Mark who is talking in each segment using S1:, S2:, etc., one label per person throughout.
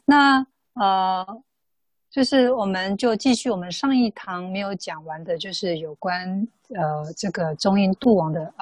S1: 那就是我们就继续我们上一堂没有讲完的，就是有关这个中阴度王的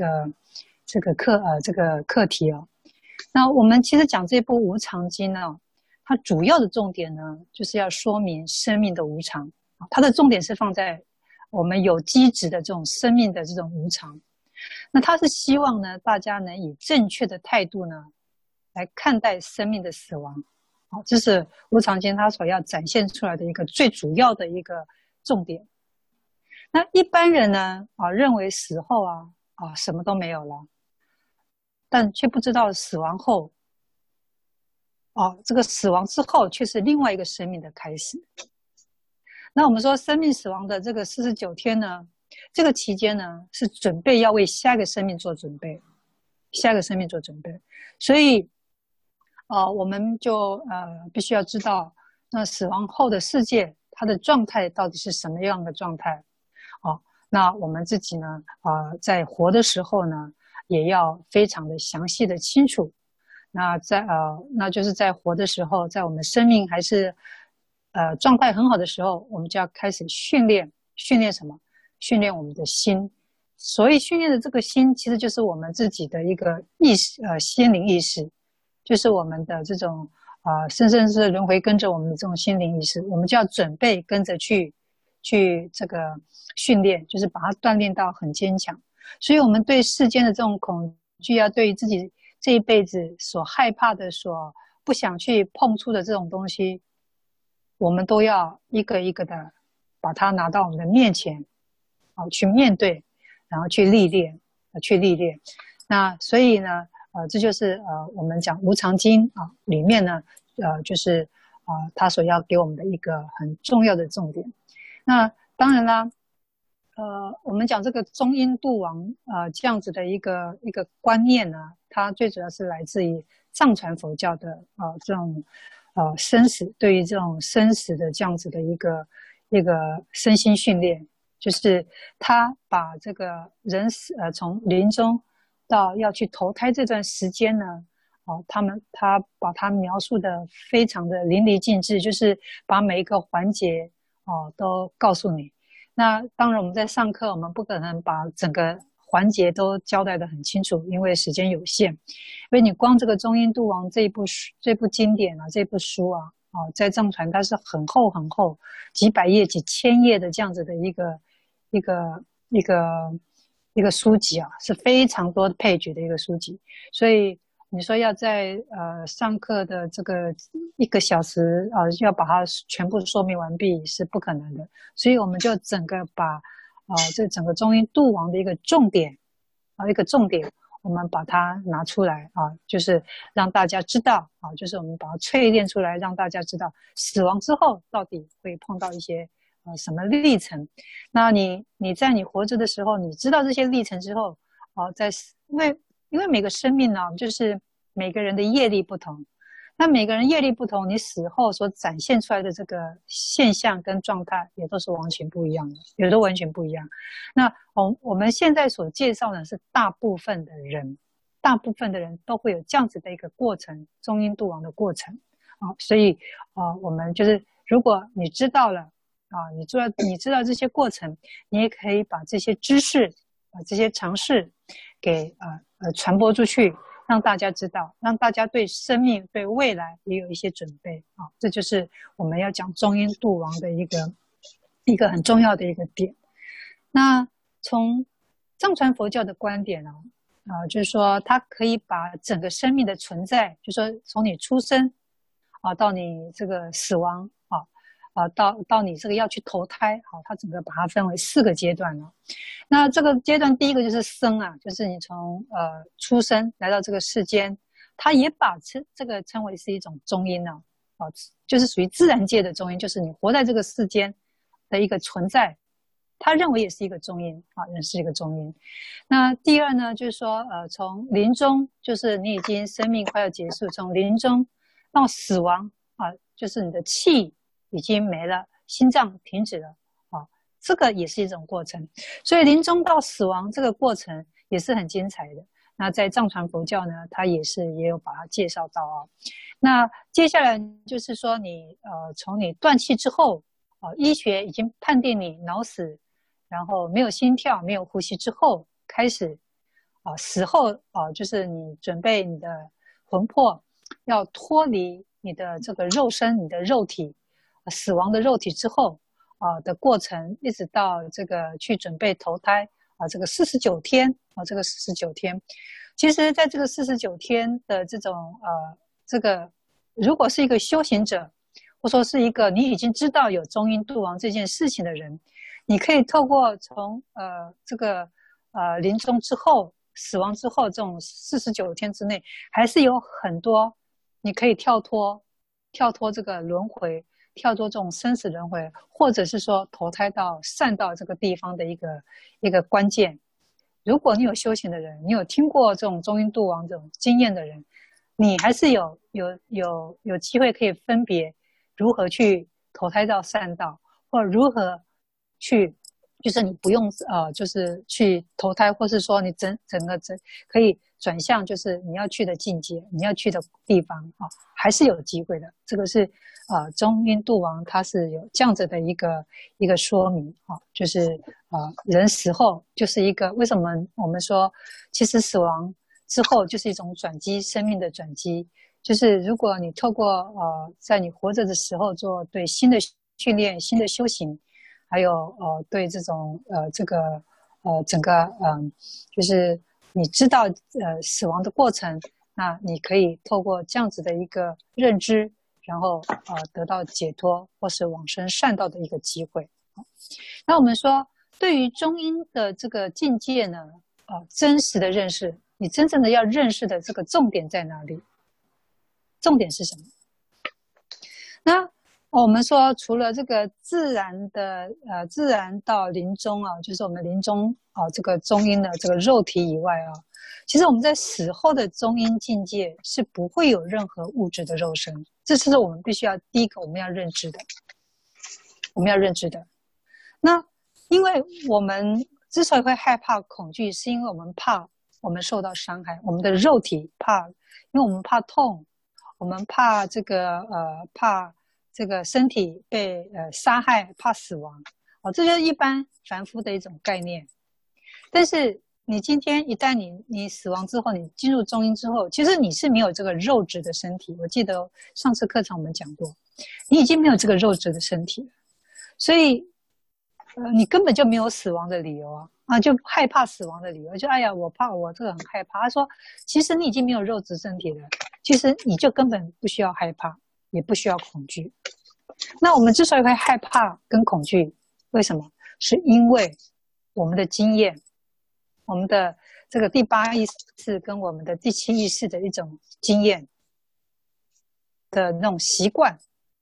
S1: 这个课题哦。那我们其实讲这部无常经呢，它主要的重点呢，就是要说明生命的无常，它的重点是放在我们有机质的这种生命的这种无常。那它是希望呢，大家能以正确的态度呢，来看待生命的死亡。好，这是无常经它所要展现出来的一个最主要的一个重点。那一般人呢，认为死后什么都没有了，但却不知道死亡后，这个死亡之后却是另外一个生命的开始。那我们说生命死亡的这个49天呢，这个期间呢，是准备要为下一个生命做准备，下一个生命做准备。所以我们就必须要知道，那死亡后的世界它的状态到底是什么样的状态。那我们自己呢在活的时候呢，也要非常的详细的清楚。那就是在活的时候，在我们生命还是状态很好的时候，我们就要开始训练什么？训练我们的心。所以训练的这个心，其实就是我们自己的一个意识，心灵意识，就是我们的这种生生世世轮回跟着我们的这种心灵意识，我们就要准备跟着去这个训练，就是把它锻炼到很坚强。所以我们对世间的这种恐惧啊，对于自己这一辈子所害怕的、所不想去碰触的这种东西，我们都要一个一个的把它拿到我们的面前，去面对，然后去历练，那所以呢，这就是我们讲无常经里面呢，就是它所要给我们的一个很重要的重点。那当然啦，我们讲这个中阴度王这样子的一个观念呢，它最主要是来自于藏传佛教的这种生死，对于这种生死的这样子的一个身心训练，就是他把这个人死从临终到要去投胎这段时间呢，他把它描述的非常的淋漓尽致，就是把每一个环节都告诉你。那当然我们在上课，我们不可能把整个环节都交代得很清楚，因为时间有限。因为你光这个中阴度王这部经典这部书在藏传它是很厚很厚，几百页几千页的这样子的一个一个一个一个书籍是非常多的配角的一个书籍。所以你说要在上课的这个1个小时要把它全部说明完毕是不可能的。所以我们就整个把这整个中阴度王的一个重点我们把它拿出来就是让大家知道就是我们把它淬炼出来，让大家知道死亡之后到底会碰到一些什么历程。那你在你活着的时候，你知道这些历程之后因为每个生命呢，就是每个人的业力不同，那每个人业力不同，你死后所展现出来的这个现象跟状态也都是完全不一样的，有的完全不一样。那我们现在所介绍的是大部分的人都会有这样子的一个过程，中阴度王的过程所以我们就是如果你知道了你知道这些过程，你也可以把这些知识这些常识给传播出去，让大家知道，让大家对生命对未来也有一些准备这就是我们要讲中阴度王的一个很重要的一个点。那从藏传佛教的观点就是说它可以把整个生命的存在，就是说从你出生到你这个死亡到你这个要去投胎它整个把它分为4个阶段那这个阶段第一个就是生就是你从出生来到这个世间，它也把这个称为是一种中阴就是属于自然界的中阴，就是你活在这个世间的一个存在，他认为也是一个中阴也是一个中阴。那第二呢，就是说从临终，就是你已经生命快要结束，从临终到死亡就是你的气已经没了，心脏停止了这个也是一种过程。所以临终到死亡这个过程也是很精彩的。 那在藏传佛教呢，它也有把它介绍到啊。那接下来就是说你从你断气之后，医学已经判定你脑死，然后没有心跳、没有呼吸之后，开始死后就是你准备你的魂魄要脱离你的这个肉身、你的肉体，死亡的肉体之后的过程，一直到这个去准备投胎这个49天这个49天，其实在这个49天的这种这个如果是一个修行者，或说是一个你已经知道有中阴度亡这件事情的人，你可以透过从这个临终之后、死亡之后这种49天之内，还是有很多你可以跳脱这个轮回，跳脱这种生死轮回，或者是说投胎到善道这个地方的一个关键。如果你有修行的人，你有听过这种中阴度亡这种经验的人，你还是有机会可以分别如何去投胎到善道，或者如何去，就是你不用就是去投胎，或是说你整个可以转向，就是你要去的境界，你要去的地方还是有机会的。这个是中阴度亡，它是有这样子的一个说明就是人死后就是一个，为什么我们说其实死亡之后就是一种转机，生命的转机。就是如果你透过在你活着的时候做对新的训练、新的修行，还有对这种这个整个就是你知道死亡的过程，那你可以透过这样子的一个认知，然后得到解脱或是往生善道的一个机会。那我们说对于中阴的这个境界呢，真实的认识，你真正的要认识的这个重点在哪里？重点是什么？那我们说除了这个自然到临终就是我们临终这个中阴的这个肉体以外其实我们在死后的中阴境界是不会有任何物质的肉身，这是我们必须要第一个我们要认知的。那因为我们之所以会害怕恐惧，是因为我们怕我们受到伤害，我们的肉体怕，因为我们怕痛，我们怕这个怕这个身体被杀害，怕死亡这就是一般凡夫的一种概念。但是你今天一旦你死亡之后，你进入中阴之后，其实你是没有这个肉质的身体。我记得上次课程我们讲过，你已经没有这个肉质的身体了，所以你根本就没有死亡的理由就害怕死亡的理由，就哎呀我怕，我这个很害怕。他说其实你已经没有肉质身体了，其实你就根本不需要害怕，也不需要恐惧。那我们之所以会害怕跟恐惧，为什么？是因为我们的经验，我们的这个第8意识跟我们的第7意识的一种经验的那种习惯，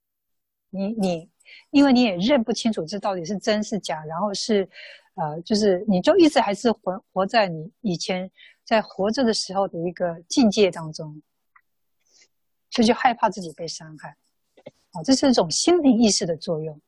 S1: 因为你也认不清楚这到底是真是假，然后是就是你就一直还是活在你以前在活着的时候的一个境界当中，所以就害怕自己被伤害这是一种心理意识的作用。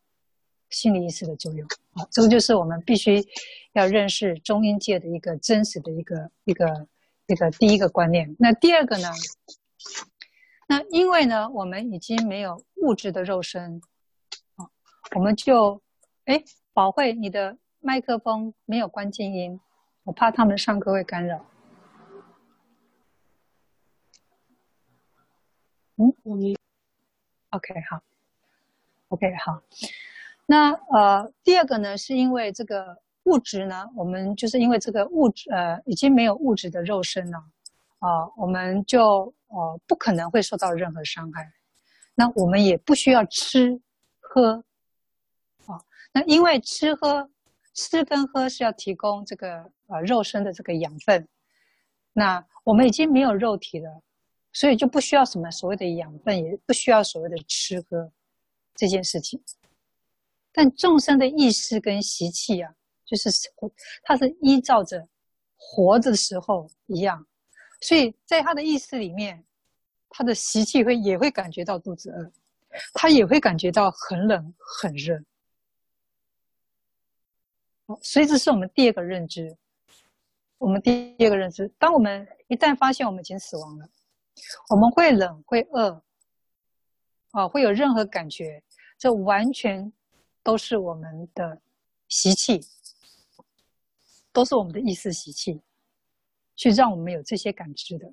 S1: 这个就是我们必须要认识中阴界的一个真实的一个第一个观念。那第二个呢，那因为呢我们已经没有物质的肉身我们就宝慧你的麦克风没有关静音，我怕他们上课会干扰。OK 好 OK 好。那第二个呢，是因为这个物质呢，我们就是因为这个物质已经没有物质的肉身了我们就不可能会受到任何伤害。那我们也不需要吃喝那因为吃跟喝是要提供这个肉身的这个养分，那我们已经没有肉体了，所以就不需要什么所谓的养分，也不需要所谓的吃喝这件事情。但众生的意识跟习气就是它是依照着活着的时候一样，所以在他的意识里面，他的习气也会感觉到肚子饿，他也会感觉到很冷很热所以这是我们第二个认知。 我们第二个认知，当我们一旦发现我们已经死亡了，我们会冷会饿会有任何感觉，这完全都是我们的习气，都是我们的意识习气去让我们有这些感知的。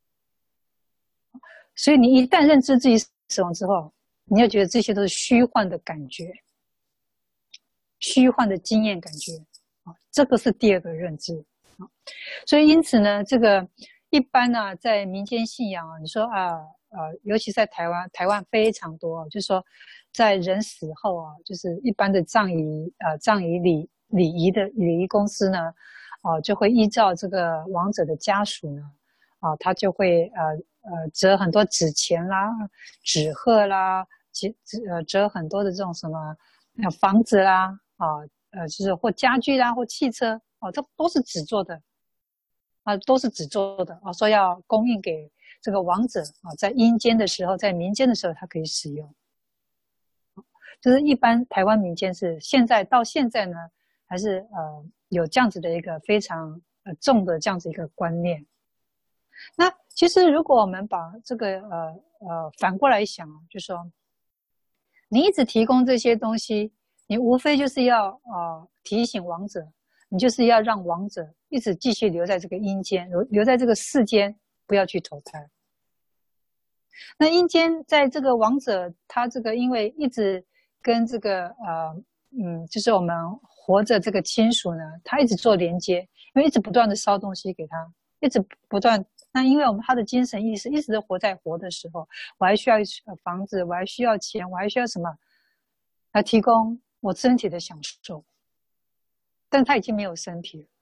S1: 所以你一旦认知自己死亡之后，你要觉得这些都是虚幻的感觉，虚幻的经验感觉这个是第二个认知所以因此呢，这个一般呢，在民间信仰你说尤其在台湾非常多就是说在人死后就是一般的葬仪礼仪公司呢就会依照这个亡者的家属呢他就会折很多纸钱啦、纸鹤啦，折很多的这种什么房子啦就是或家具啦或汽车这都是纸做的都是纸做的说要供应给这个亡者在阴间的时候，在民间的时候，他可以使用。就是一般台湾民间是到现在呢，还是有这样子的一个非常重的这样子一个观念。那其实如果我们把这个反过来想就说你一直提供这些东西，你无非就是要提醒亡者，你就是要让亡者一直继续留在这个阴间，留在这个世间，不要去投胎。那阴间在这个亡者他这个因为一直跟这个就是我们活着这个亲属呢，他一直做连接，因为一直不断的烧东西给他，一直不断。那因为他的精神意识一直都活在活的时候，我还需要房子，我还需要钱，我还需要什么来提供我身体的享受，但他已经没有身体了，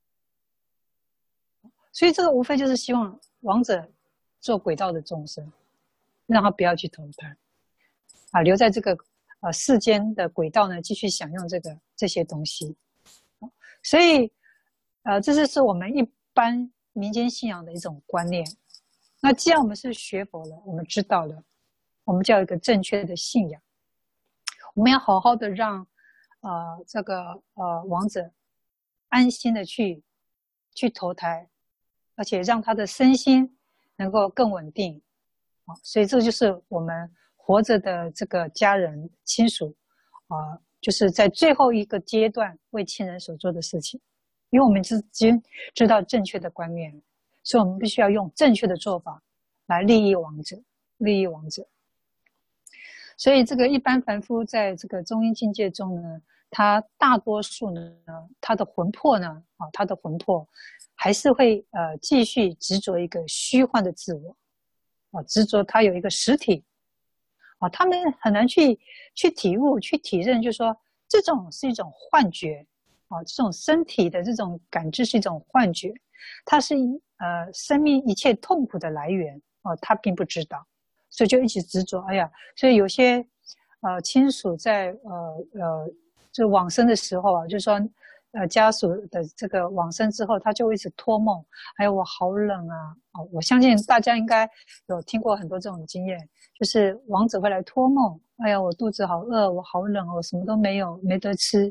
S1: 所以这个无非就是希望亡者做轨道的众生，让他不要去投胎留在这个世间的轨道呢，继续享用这些东西。所以这就是我们一般民间信仰的一种观念。那既然我们是学佛了，我们知道了，我们就要有一个正确的信仰，我们要好好的让这个亡者安心的去投胎，而且让他的身心能够更稳定所以这就是我们活着的这个家人亲属就是在最后一个阶段为亲人所做的事情。因为我们已经知道正确的观念，所以我们必须要用正确的做法来利益亡者。所以这个一般凡夫在这个中阴境界中呢，他大多数呢，他的魂魄呢还是会继续执着一个虚幻的自我执着他有一个实体他们很难去体悟去体认，就是说这种是一种幻觉这种身体的这种感知是一种幻觉，它是生命一切痛苦的来源他并不知道，所以就一直执着。所以有些亲属在就往生的时候就是说家属的这个往生之后，他就一直托梦，我好冷我相信大家应该有听过很多这种经验，就是亡者会来托梦，我肚子好饿，我好冷，我什么都没有，没得吃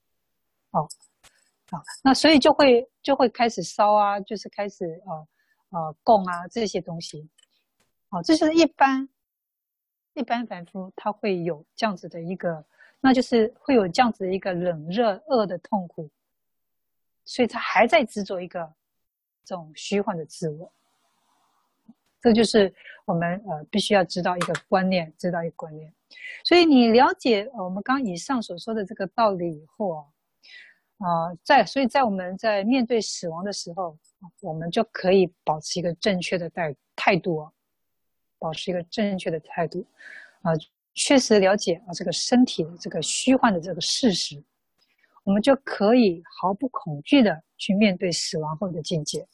S1: 那所以就会开始烧就是开始供这些东西这就是一般凡夫他会有这样子的一个，那就是会有这样子的一个冷热饿的痛苦，所以他还在执着一个这种虚幻的自我。这就是我们必须要知道一个观念，所以你了解我们刚刚以上所说的这个道理以后所以在我们在面对死亡的时候我们就可以保持一个正确的态度确实了解这个身体的这个虚幻的这个事实，我们就可以毫不恐惧的去面对死亡后的境界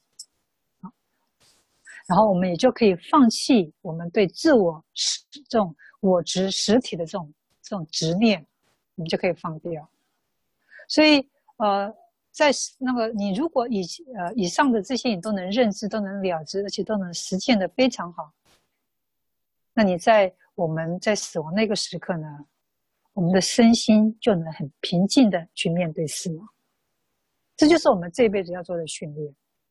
S1: 然后我们也就可以放弃我们对自我这种我执实体的这种执念，我们就可以放掉。所以在那个你如果以上的这些你都能认知，都能了知，而且都能实践的非常好，那你在我们在死亡那个时刻呢，我们的身心就能很平静的去面对死亡。这就是我们这一辈子要做的训练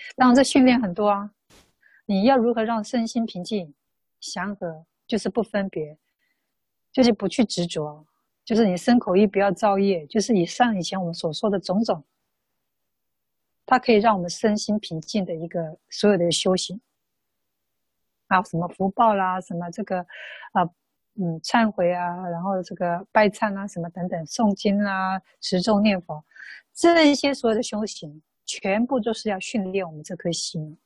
S1: 当然这训练很多啊，你要如何让身心平静祥和，就是不分别，就是不去执着，就是你身口意不要造业，就是以前我们所说的种种，它可以让我们身心平静的一个所有的修行啊，什么福报啦，什么这个忏悔啊，然后这个拜忏啊，什么等等，诵经啊，持咒念佛，这些所有的修行，全部都是要训练我们这颗心，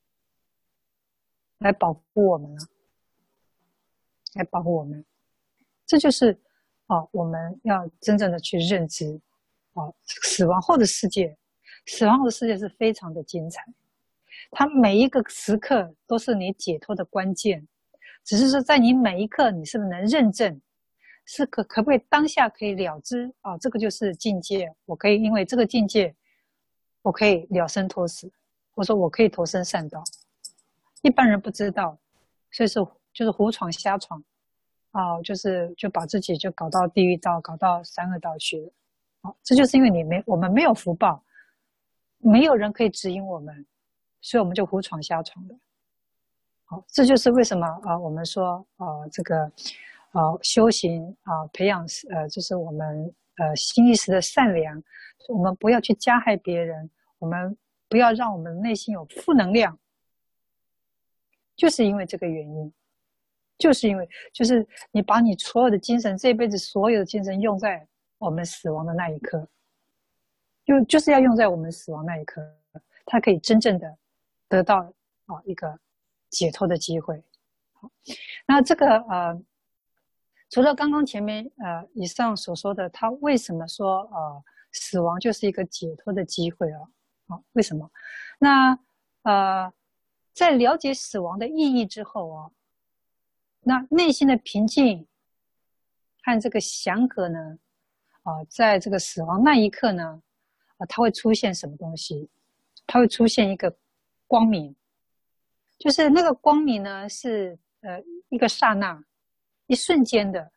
S1: 来保护我们啊，来保护我们。这就是我们要真正的去认知死亡后的世界，死亡后的世界是非常的精彩，它每一个时刻都是你解脱的关键，只是说在你每一刻你是不是能认证，是可不可以当下可以了知这个就是境界，我可以因为这个境界我可以了生脱死，或者说我可以投身善道，一般人不知道，所以就是胡闯瞎闯就把自己就搞到地狱道，搞到三恶道去了这就是因为我们没有福报，没有人可以指引我们，所以我们就胡闯瞎闯的。好，这就是为什么我们说这个修行培养就是我们心意识的善良，我们不要去加害别人，我们不要让我们内心有负能量，就是因为这个原因，就是因为就是你把你所有的精神，这辈子所有的精神用在我们死亡的那一刻，就是要用在我们死亡那一刻，它可以真正的得到一个解脱的机会。好，那这个除了刚刚前面以上所说的，他为什么说死亡就是一个解脱的机会为什么？那在了解死亡的意义之后那内心的平静和这个祥和呢在这个死亡那一刻呢它会出现什么东西？它会出现一个光明，就是那个光明呢是一个刹那一瞬间的。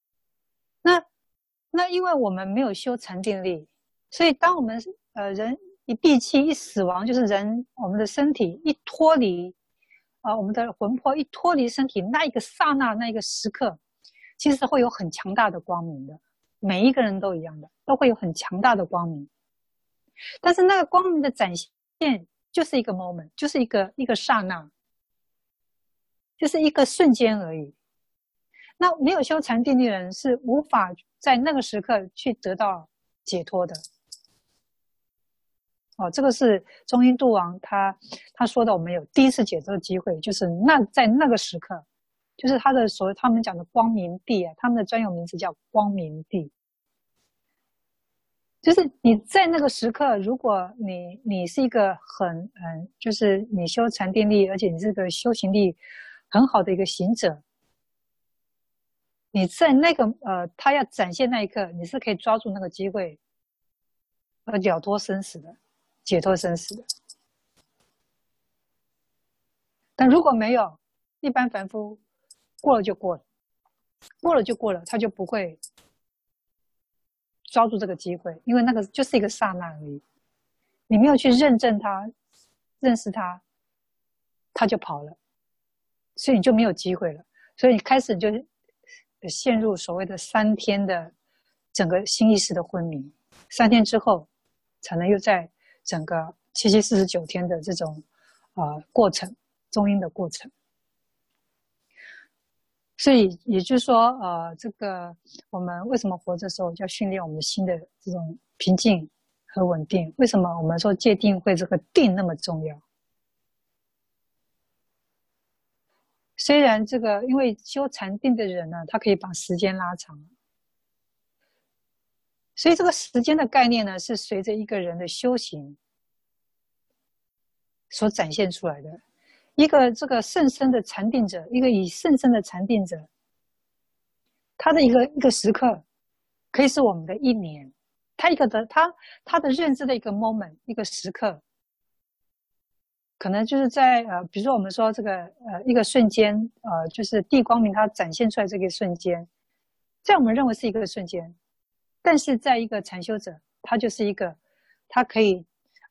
S1: 那因为我们没有修禅定力，所以当我们人一闭气一死亡，就是我们的身体一脱离我们的魂魄一脱离身体那一个刹那那一个时刻，其实会有很强大的光明的，每一个人都一样的，都会有很强大的光明。但是那个光明的展现就是一个 moment， 就是一个刹那，就是一个瞬间而已。那没有修禅定力的人是无法在那个时刻去得到解脱的。这个是中阴度王他说的，我们有第一次解脱的机会，就是在那个时刻，就是他们讲的光明地他们的专有名词叫光明地。就是你在那个时刻，如果你是一个就是你修禅定力，而且你是个修行力很好的一个行者，你在那个他要展现那一刻，你是可以抓住那个机会了脱生死的，解脱生死的。但如果没有，一般凡夫过了就过了，过了就过了，他就不会抓住这个机会，因为那个就是一个刹那而已，你没有去认证它认识它，它就跑了，所以你就没有机会了。所以你开始就陷入所谓的3天的整个心意识的昏迷，3天之后才能又在整个749天的这种过程，中阴的过程。所以也就是说这个我们为什么活着的时候就要训练我们心的这种平静和稳定？为什么我们说戒定慧这个定那么重要？虽然这个因为修禅定的人呢，他可以把时间拉长，所以这个时间的概念呢，是随着一个人的修行所展现出来的。一个这个甚深的禅定者，一个以甚深的禅定者，他的一个时刻可以是我们的1年，他的认知的一个 moment， 一个时刻，可能就是在比如说我们说这个一个瞬间就是地光明它展现出来这个瞬间，在我们认为是一个瞬间，但是在一个禅修者，他就是一个他可以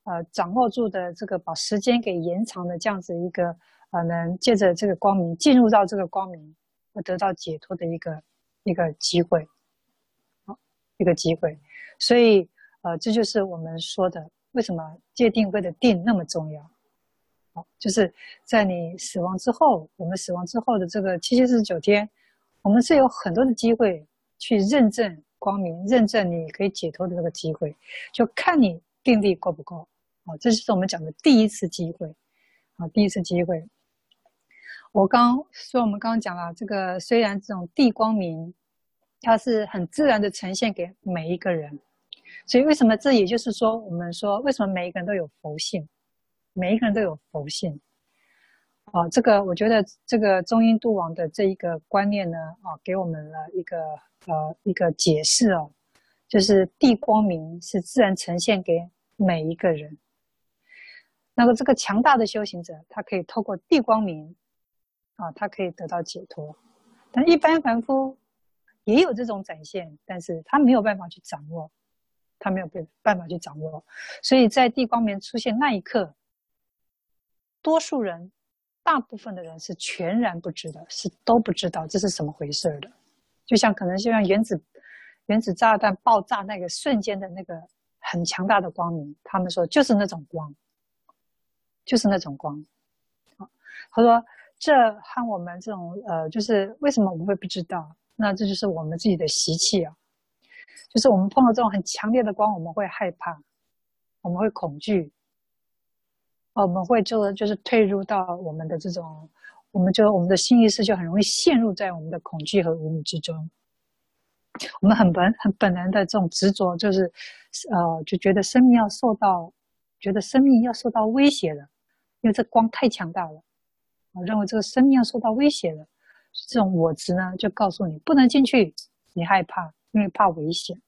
S1: 掌握住的这个把时间给延长的这样子一个能借着这个光明进入到这个光明而得到解脱的一个机会，一个机会。所以这就是我们说的为什么戒定慧的定那么重要。就是在你死亡之后，我们死亡之后的这个749天，我们是有很多的机会去认证光明，认证你可以解脱的这个机会，就看你定力够不够。这就是我们讲的第一次机会。第一次机会。我们刚刚讲了，这个虽然这种地光明，它是很自然的呈现给每一个人，所以为什么这也就是说，我们说为什么每一个人都有佛性，每一个人都有佛性。这个我觉得这个中阴度王的这一个观念呢，给我们了一个解释哦，就是地光明是自然呈现给每一个人。那么这个强大的修行者，他可以透过地光明他可以得到解脱。但一般凡夫也有这种展现，但是他没有办法去掌握，他没有办法去掌握。所以在地光明出现那一刻，多数人大部分的人是全然不知的，是都不知道这是什么回事的。就像可能就像原子炸弹爆炸那个瞬间的那个很强大的光明，他们说就是那种光，就是那种光。他说这和我们这种就是为什么我们会不知道，那这就是我们自己的习气啊，就是我们碰到这种很强烈的光，我们会害怕，我们会恐惧，我们会就是退入到我们的这种，我们的心意识就很容易陷入在我们的恐惧和无明之中。我们很本能的这种执着，就是就觉得生命要受到威胁了，因为这光太强大了，我认为这个生命要受到威胁了，这种我执呢就告诉你不能进去，你害怕，因为怕危险，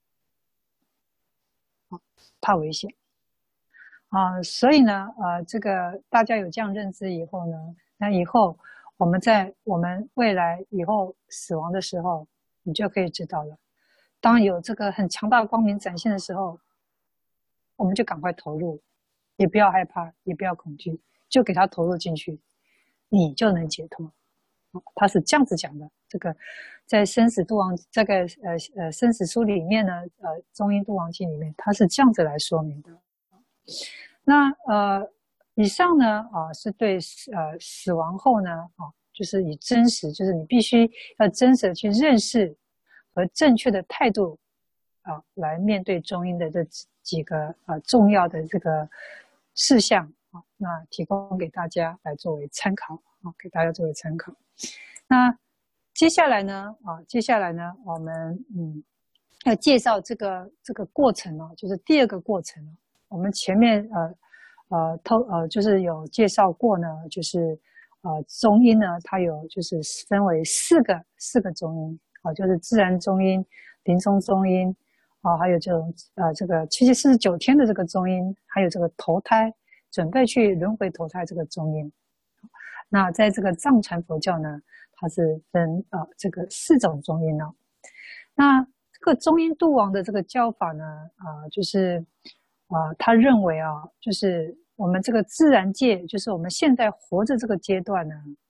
S1: 怕危险。所以呢，这个大家有这样认知以后呢，那以后我们未来以后死亡的时候，你就可以知道了。当有这个很强大的光明展现的时候，我们就赶快投入，也不要害怕，也不要恐惧，就给他投入进去，你就能解脱。他是这样子讲的。这个在生死度王这个生死书里面呢，中阴度王经里面，他是这样子来说明的。那以上呢是对死亡后呢就是以真实，就是你必须要真实的去认识和正确的态度来面对中阴的这几个重要的这个事项那提供给大家来作为参考给大家作为参考。那接下来呢我们要介绍这个过程就是第二个过程我们前面就是有介绍过呢，就是中阴呢，它有就是分为四个中阴就是自然中阴、临终中阴还有这种这个749天的这个中阴，还有这个投胎准备去轮回投胎这个中阴。那在这个藏传佛教呢，它是分这个4种中阴那这个中阴度王的这个教法呢就是他认为就是我们这个自然界，就是我们现在活着这个阶段呢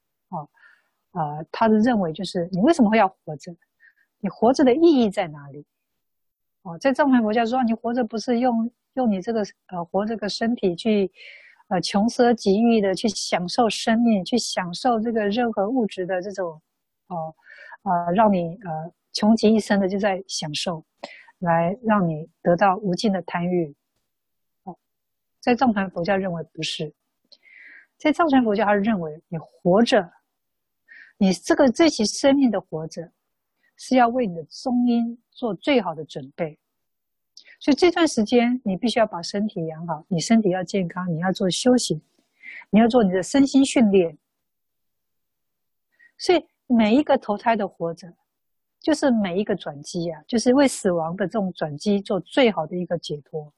S1: 他的认为就是你为什么会要活着，你活着的意义在哪里在藏传佛教说你活着不是用你这个活这个身体去穷奢极欲的去享受生命，去享受这个任何物质的这种让你穷极一生的就在享受，来让你得到无尽的贪欲在藏传佛教认为不是，在藏传佛教他认为你活着，你这期生命的活着是要为你的中阴做最好的准备，所以这段时间你必须要把身体养好，你身体要健康，你要做修行，你要做你的身心训练。所以每一个投胎的活着就是每一个转机就是为死亡的这种转机做最好的一个解脱。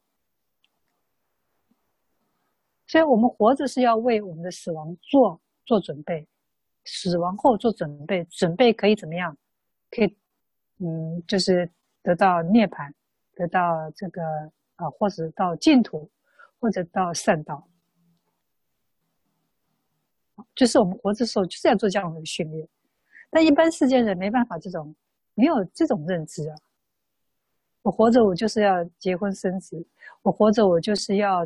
S1: 所以我们活着是要为我们的死亡做准备，死亡后做准备，准备可以怎么样，可以就是得到涅槃，得到这个或者到净土， 或者到善道。就是我们活着的时候就是要做这样的训练，但一般世间人没办法，没有这种认知啊。我活着我就是要结婚生子，我活着我就是要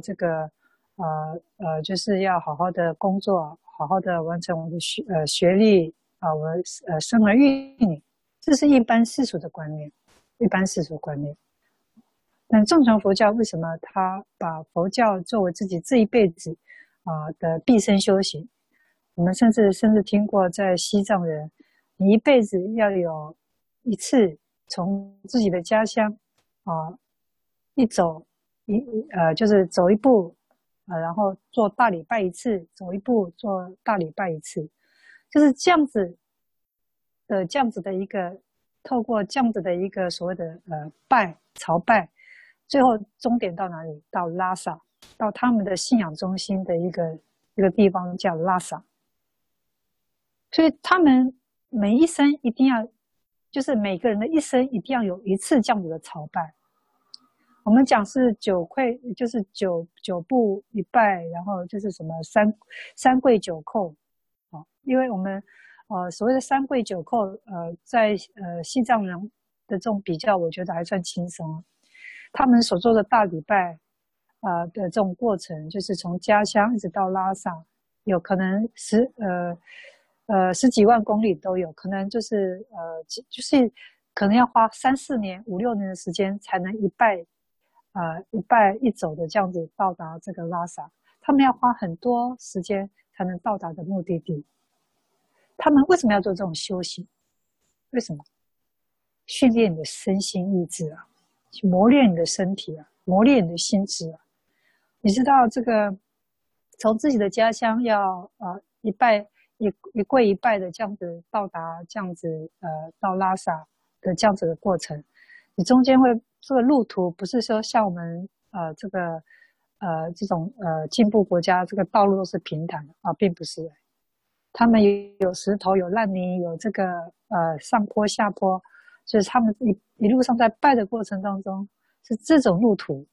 S1: 就是要好好的工作，好好的完成我的学历啊，我生儿育女，这是一般世俗的观念，一般世俗观念。但藏传佛教为什么他把佛教作为自己这一辈子的毕生修行？我们甚至听过，在西藏人，你一辈子要有一次从自己的家乡一走就是走一步然后做大礼拜一次，走一步做大礼拜一次，就是这样子的一个，透过这样子的一个所谓的朝拜，最后终点到哪里？到拉萨，到他们的信仰中心的一个地方叫拉萨。所以他们每一生一定要，就是每个人的一生一定要有一次这样子的朝拜。我们讲是就是九步一拜，然后就是什么三跪九叩因为我们所谓的三跪九叩在西藏人的这种比较，我觉得还算轻松。他们所做的大礼拜的这种过程，就是从家乡一直到拉萨，有可能十几万公里都有，可能就是可能要花3、4年、5、6年的时间才能一拜一走的这样子到达这个拉萨。他们要花很多时间才能到达的目的地。他们为什么要做这种修行？为什么？训练你的身心意志啊，去磨练你的身体啊，磨练你的心智啊。你知道这个从自己的家乡要一跪一拜的这样子到达这样子到拉萨的这样子的过程，你中间这个路途不是说像我们这种进步国家这个道路都是平坦的并不是。他们有石头，有烂泥，有这个上坡下坡，就是他们一路上在拜的过程当中是这种路途。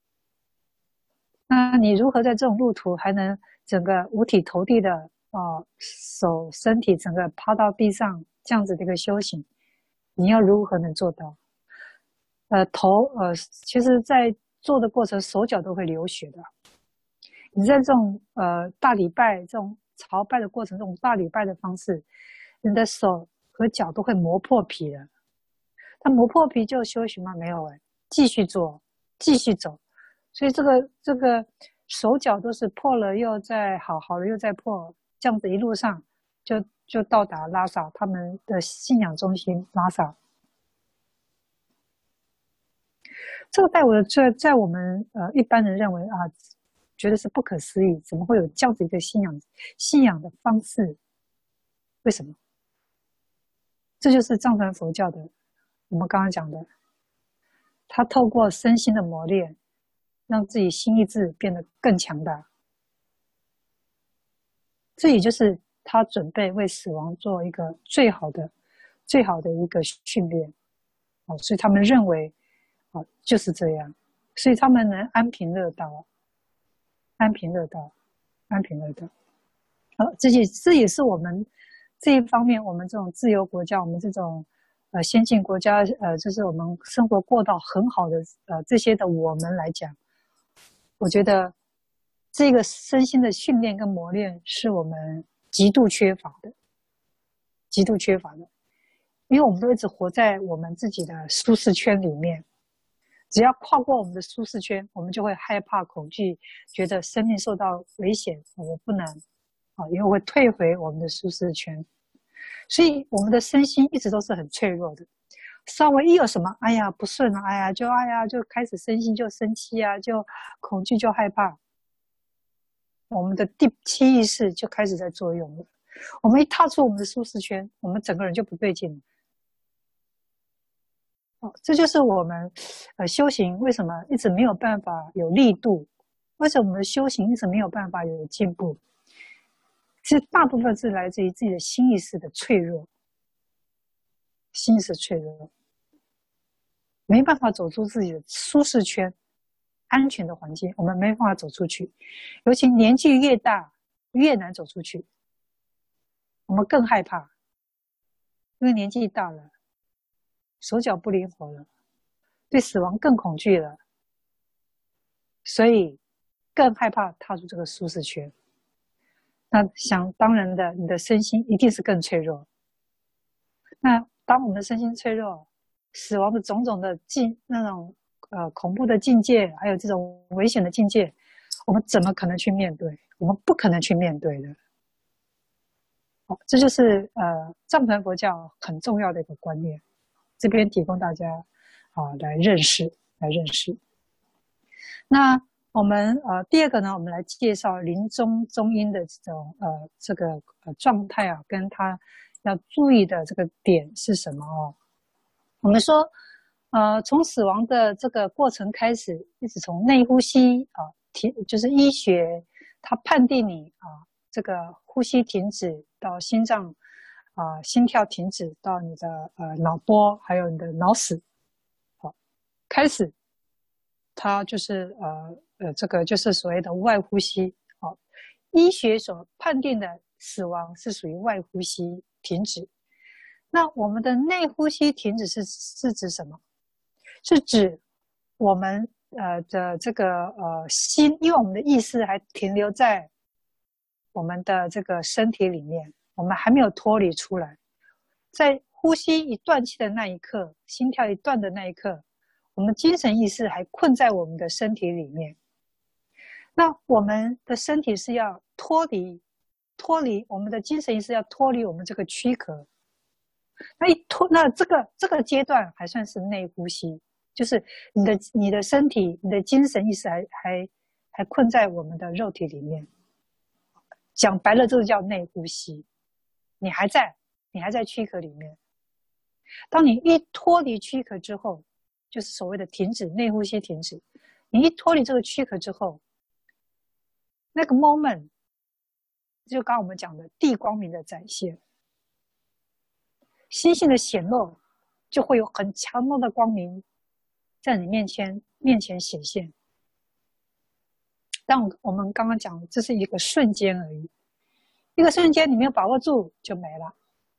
S1: 那你如何在这种路途还能整个五体投地的身体整个趴到地上这样子的一个修行，你要如何能做到？其实在做的过程手脚都会流血的。你在这种大礼拜这种朝拜的过程，这种大礼拜的方式，你的手和脚都会磨破皮了。它磨破皮就休息吗？没有继续做，继续走。所以这个手脚都是破了又再好，好了又再破，这样子一路上就到达拉萨他们的信仰中心拉萨。这个带我的在我们一般人认为觉得是不可思议，怎么会有这样子一个信仰的方式？为什么？这就是藏传佛教的，我们刚刚讲的，他透过身心的磨练，让自己心意志变得更强大。这也就是他准备为死亡做一个最好的一个训练。所以他们认为就是这样，所以他们能安贫乐道，安贫乐道，安贫乐道。这也是我们这一方面，我们这种自由国家，我们这种先进国家，就是我们生活过到很好的这些的我们来讲，我觉得这个身心的训练跟磨练是我们极度缺乏的，极度缺乏的，因为我们都一直活在我们自己的舒适圈里面。只要跨过我们的舒适圈，我们就会害怕、恐惧，觉得生命受到危险，我不能因为会退回我们的舒适圈。所以我们的身心一直都是很脆弱的，稍微一有什么不顺就开始身心就生气就恐惧就害怕，我们的第7意识就开始在作用了。我们一踏出我们的舒适圈，我们整个人就不对劲了。这就是我们修行为什么一直没有办法有力度，为什么我们的修行一直没有办法有进步，其实大部分是来自于自己的心意识的脆弱，心意识脆弱，没办法走出自己的舒适圈， 安全的环境，我们没办法走出去。尤其年纪越大，越难走出去，我们更害怕，因为年纪大了，手脚不灵活了，对死亡更恐惧了，所以更害怕踏出这个舒适圈。那想当然的，你的身心一定是更脆弱。那当我们的身心脆弱，死亡的种种的那种恐怖的境界，还有这种危险的境界，我们怎么可能去面对？我们不可能去面对的。这就是藏传佛教很重要的一个观念，这边提供大家来认识。那我们第二个呢，我们来介绍临终中阴的这种这个状态啊，跟他要注意的这个点是什么哦？我们说从死亡的这个过程开始，一直从内呼吸就是医学它判定你这个呼吸停止到心脏心跳停止到你的脑波还有你的脑死开始，它就是这个就是所谓的外呼吸医学所判定的死亡是属于外呼吸停止。那我们的内呼吸停止是指什么？是指我们的这个心，因为我们的意识还停留在我们的这个身体里面，我们还没有脱离出来。在呼吸一断气的那一刻，心跳一断的那一刻，我们精神意识还困在我们的身体里面。那我们的身体是要脱离我们的精神意识，要脱离我们这个躯壳。那这个阶段还算是内呼吸，就是你的身体、你的精神意识还困在我们的肉体里面。讲白了，这个叫内呼吸。你还在躯壳里面。当你一脱离躯壳之后，就是所谓的停止，内呼吸停止。你一脱离这个躯壳之后，那个 moment 就刚刚我们讲的地光明的展现，心性的显露，就会有很强烈的光明在你面前显现。但我们刚刚讲，这是一个瞬间而已，一个瞬间你没有把握住就没了，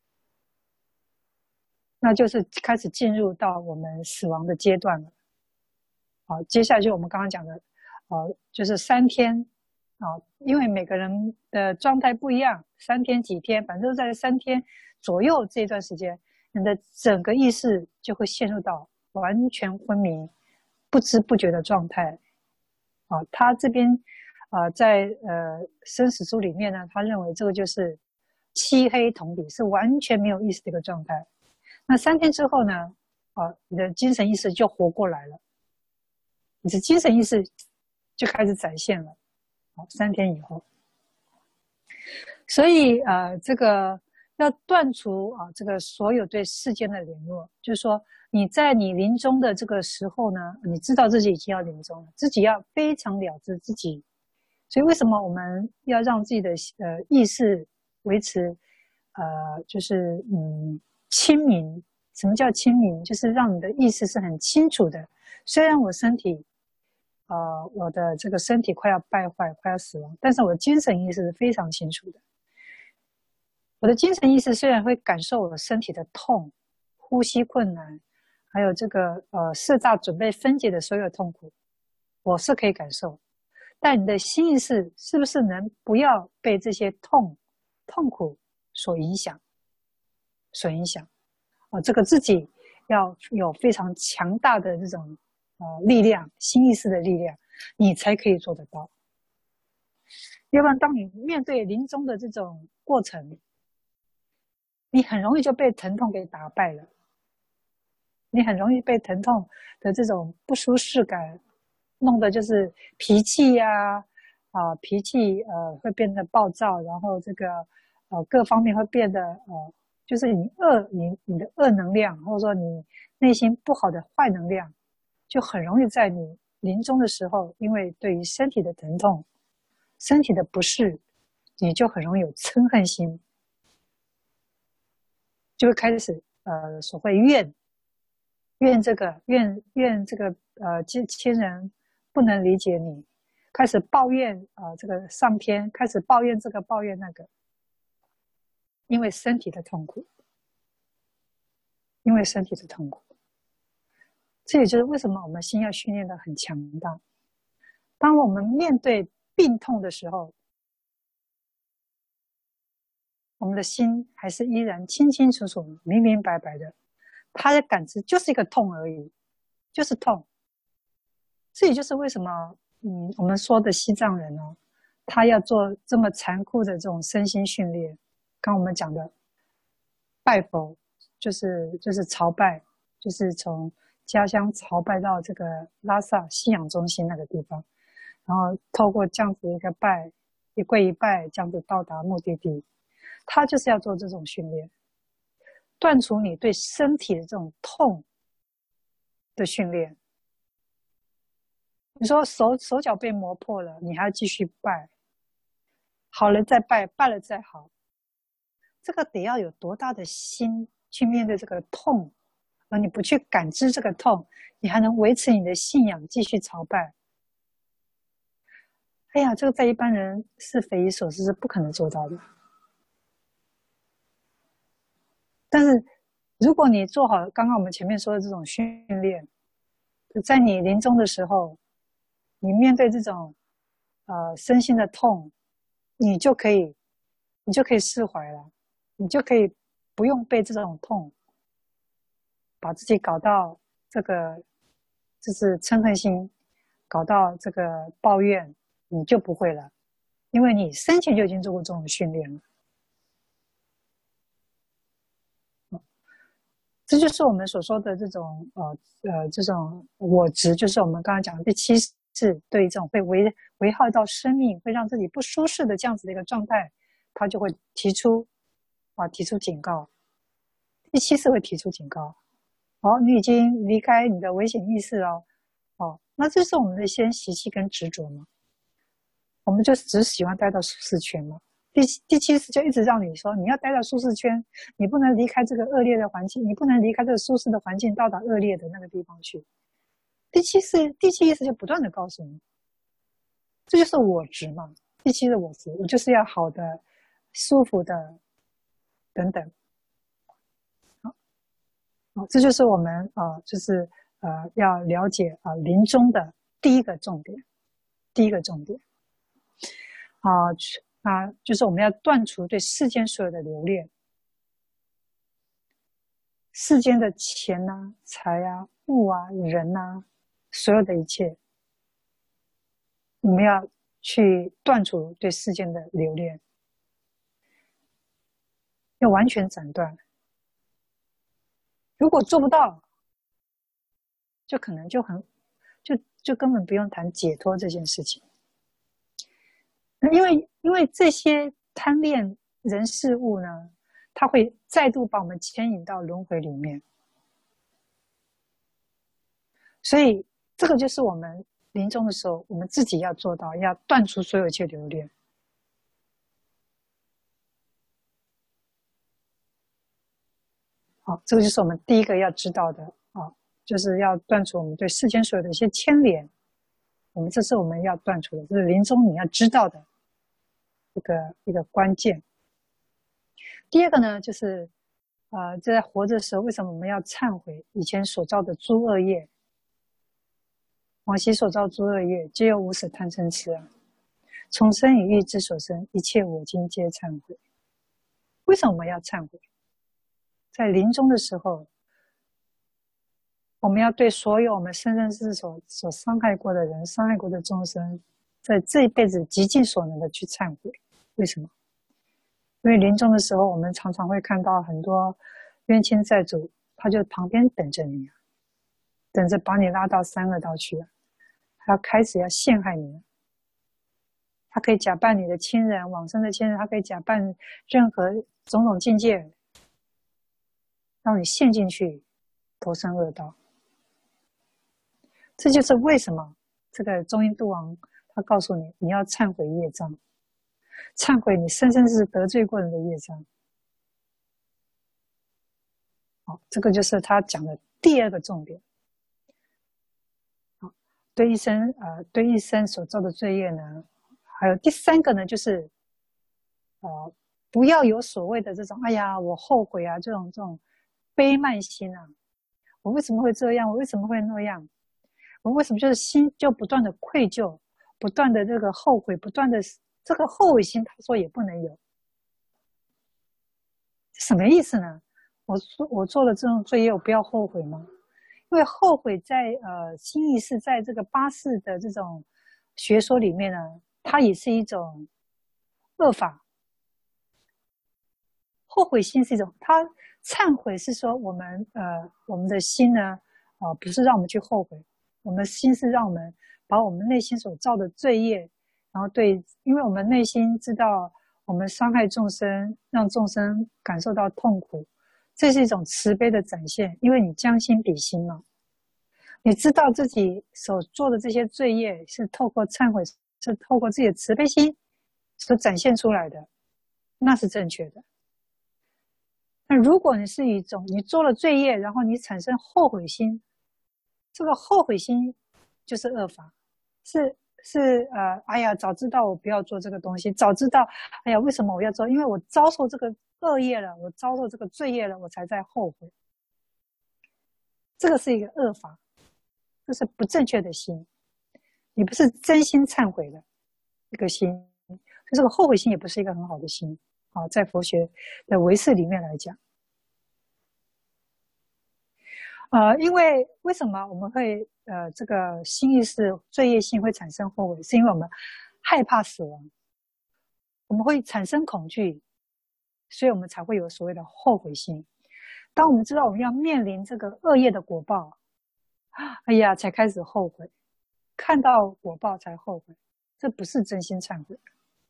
S1: 那就是开始进入到我们死亡的阶段了。好，接下来就我们刚刚讲的，就是3天因为每个人的状态不一样，3天几天，反正都在3天左右这段时间，你的整个意识就会陷入到完全昏迷、不知不觉的状态。他这边在生死书里面呢，他认为这个就是漆黑同底，是完全没有意识的一个状态。那3天之后呢，你的精神意识就活过来了，你的精神意识就开始展现了。3天以后，所以这个要断除这个所有对世间的联络，就是说你在你临终的这个时候呢，你知道自己已经要临终了，自己要非常了知自己。所以为什么我们要让自己的意识维持就是清明？什么叫清明？就是让你的意识是很清楚的。虽然我身体我的这个身体快要败坏，快要死亡，但是我的精神意识是非常清楚的。我的精神意识虽然会感受我身体的痛、呼吸困难，还有这个四大准备分解的所有痛苦，我是可以感受。但你的心意识是不是能不要被这些痛苦所影响？这个自己要有非常强大的这种力量，心意识的力量，你才可以做得到。要不然当你面对临终的这种过程，你很容易就被疼痛给打败了，你很容易被疼痛的这种不舒适感弄得就是脾气脾气会变得暴躁，然后这个各方面会变得就是你的恶能量，或者说你内心不好的坏能量，就很容易在你临终的时候，因为对于身体的疼痛、身体的不适，你就很容易有嗔恨心，就会开始所谓怨这个亲人不能理解你，开始抱怨这个上天，开始抱怨这个抱怨那个，因为身体的痛苦，因为身体的痛苦。这也就是为什么我们心要训练得很强大。当我们面对病痛的时候，我们的心还是依然清清楚楚、明明白白的，他的感知就是一个痛而已，就是痛。这也就是为什么，我们说的西藏人哦，他要做这么残酷的这种身心训练。刚我们讲的拜佛，就是朝拜，就是从家乡朝拜到这个拉萨信仰中心那个地方，然后透过这样子一个拜，一跪一拜，这样子到达目的地。他就是要做这种训练，断除你对身体的这种痛的训练。你说手脚被磨破了，你还要继续拜，好了再拜，拜了再好，这个得要有多大的心去面对这个痛，而你不去感知这个痛，你还能维持你的信仰，继续朝拜。哎呀，这个在一般人是匪夷所思，是不可能做到的。但是如果你做好刚刚我们前面说的这种训练，在你临终的时候，你面对这种身心的痛，你就可以释怀了，你就可以不用被这种痛把自己搞到这个就是嗔恨心，搞到这个抱怨，你就不会了，因为你生前就已经做过这种训练了。这就是我们所说的这种这种我执，就是我们刚刚讲的第七世对这种会危害到生命，会让自己不舒适的这样子的一个状态，他就会提出警告。第七世会提出警告，你已经离开你的危险意识了，那这是我们的一些习气跟执着嘛，我们就只喜欢待到舒适圈嘛。第七世就一直让你说你要待到舒适圈，你不能离开这个恶劣的环境，你不能离开这个舒适的环境到达恶劣的那个地方去。第七意识就不断的告诉你，这就是我执嘛。第七的我执，我就是要好的、舒服的等等。这就是我们就是要了解临终的第一个重点，就是我们要断除对世间所有的留恋，世间的钱啊、财啊、物啊、人啊，所有的一切，我们要去断除对世间的留恋，要完全斩断。如果做不到，就可能就根本不用谈解脱这件事情。因为这些贪恋人事物呢，它会再度把我们牵引到轮回里面。所以这个就是我们临终的时候，我们自己要做到，要断除所有一切留恋。好，这个就是我们第一个要知道的就是要断除我们对世间所有的一些牵连。这是我们要断除的，这是临终你要知道的一个关键。第二个呢，就是在活着的时候，为什么我们要忏悔以前所造的诸恶业？往昔所造诸恶业，皆由无始贪嗔痴啊！从生与欲之所生，一切我今皆忏悔。为什么我们要忏悔？在临终的时候，我们要对所有我们生生世世所伤害过的人、伤害过的众生，在这一辈子极尽所能的去忏悔。为什么？因为临终的时候，我们常常会看到很多冤亲债主，他就旁边等着你，等着把你拉到三恶道去，还要开始要陷害你。他可以假扮你的亲人，往生的亲人，他可以假扮任何种种境界，让你陷进去，投生恶道。这就是为什么这个中阴度王他告诉你，你要忏悔业障，忏悔你生生世世得罪过人的业障。这个就是他讲的第二个重点。 对一生所造的罪业呢，还有第三个呢，就是不要有所谓的这种哎呀我后悔啊这种悲慢心啊，我为什么会这样？我为什么会那样？我为什么就是心就不断的愧疚，不断的这个后悔，不断的这个后悔心，他说也不能有，什么意思呢？我做了这种罪业，我不要后悔吗？因为后悔在心意识在这个八识的这种学说里面呢，它也是一种恶法。后悔心是一种，它忏悔是说我们的心呢，不是让我们去后悔，我们的心是让我们把我们内心所造的罪业，然后因为我们内心知道我们伤害众生，让众生感受到痛苦，这是一种慈悲的展现，因为你将心比心嘛，你知道自己所做的这些罪业是透过忏悔，是透过自己的慈悲心所展现出来的，那是正确的。那如果你是一种你做了罪业，然后你产生后悔心，这个后悔心就是恶法，哎呀，早知道我不要做这个东西，早知道，哎呀，为什么我要做？因为我遭受这个恶业了，我遭受这个罪业了，我才在后悔。这个是一个恶法，这是不正确的心，你不是真心忏悔的一个心，就这个后悔心也不是一个很好的心啊，在佛学的唯识里面来讲。因为什么我们会这个心意识罪业心会产生后悔，是因为我们害怕死亡，我们会产生恐惧，所以我们才会有所谓的后悔心。当我们知道我们要面临这个恶业的果报，哎呀，才开始后悔，看到果报才后悔，这不是真心忏悔。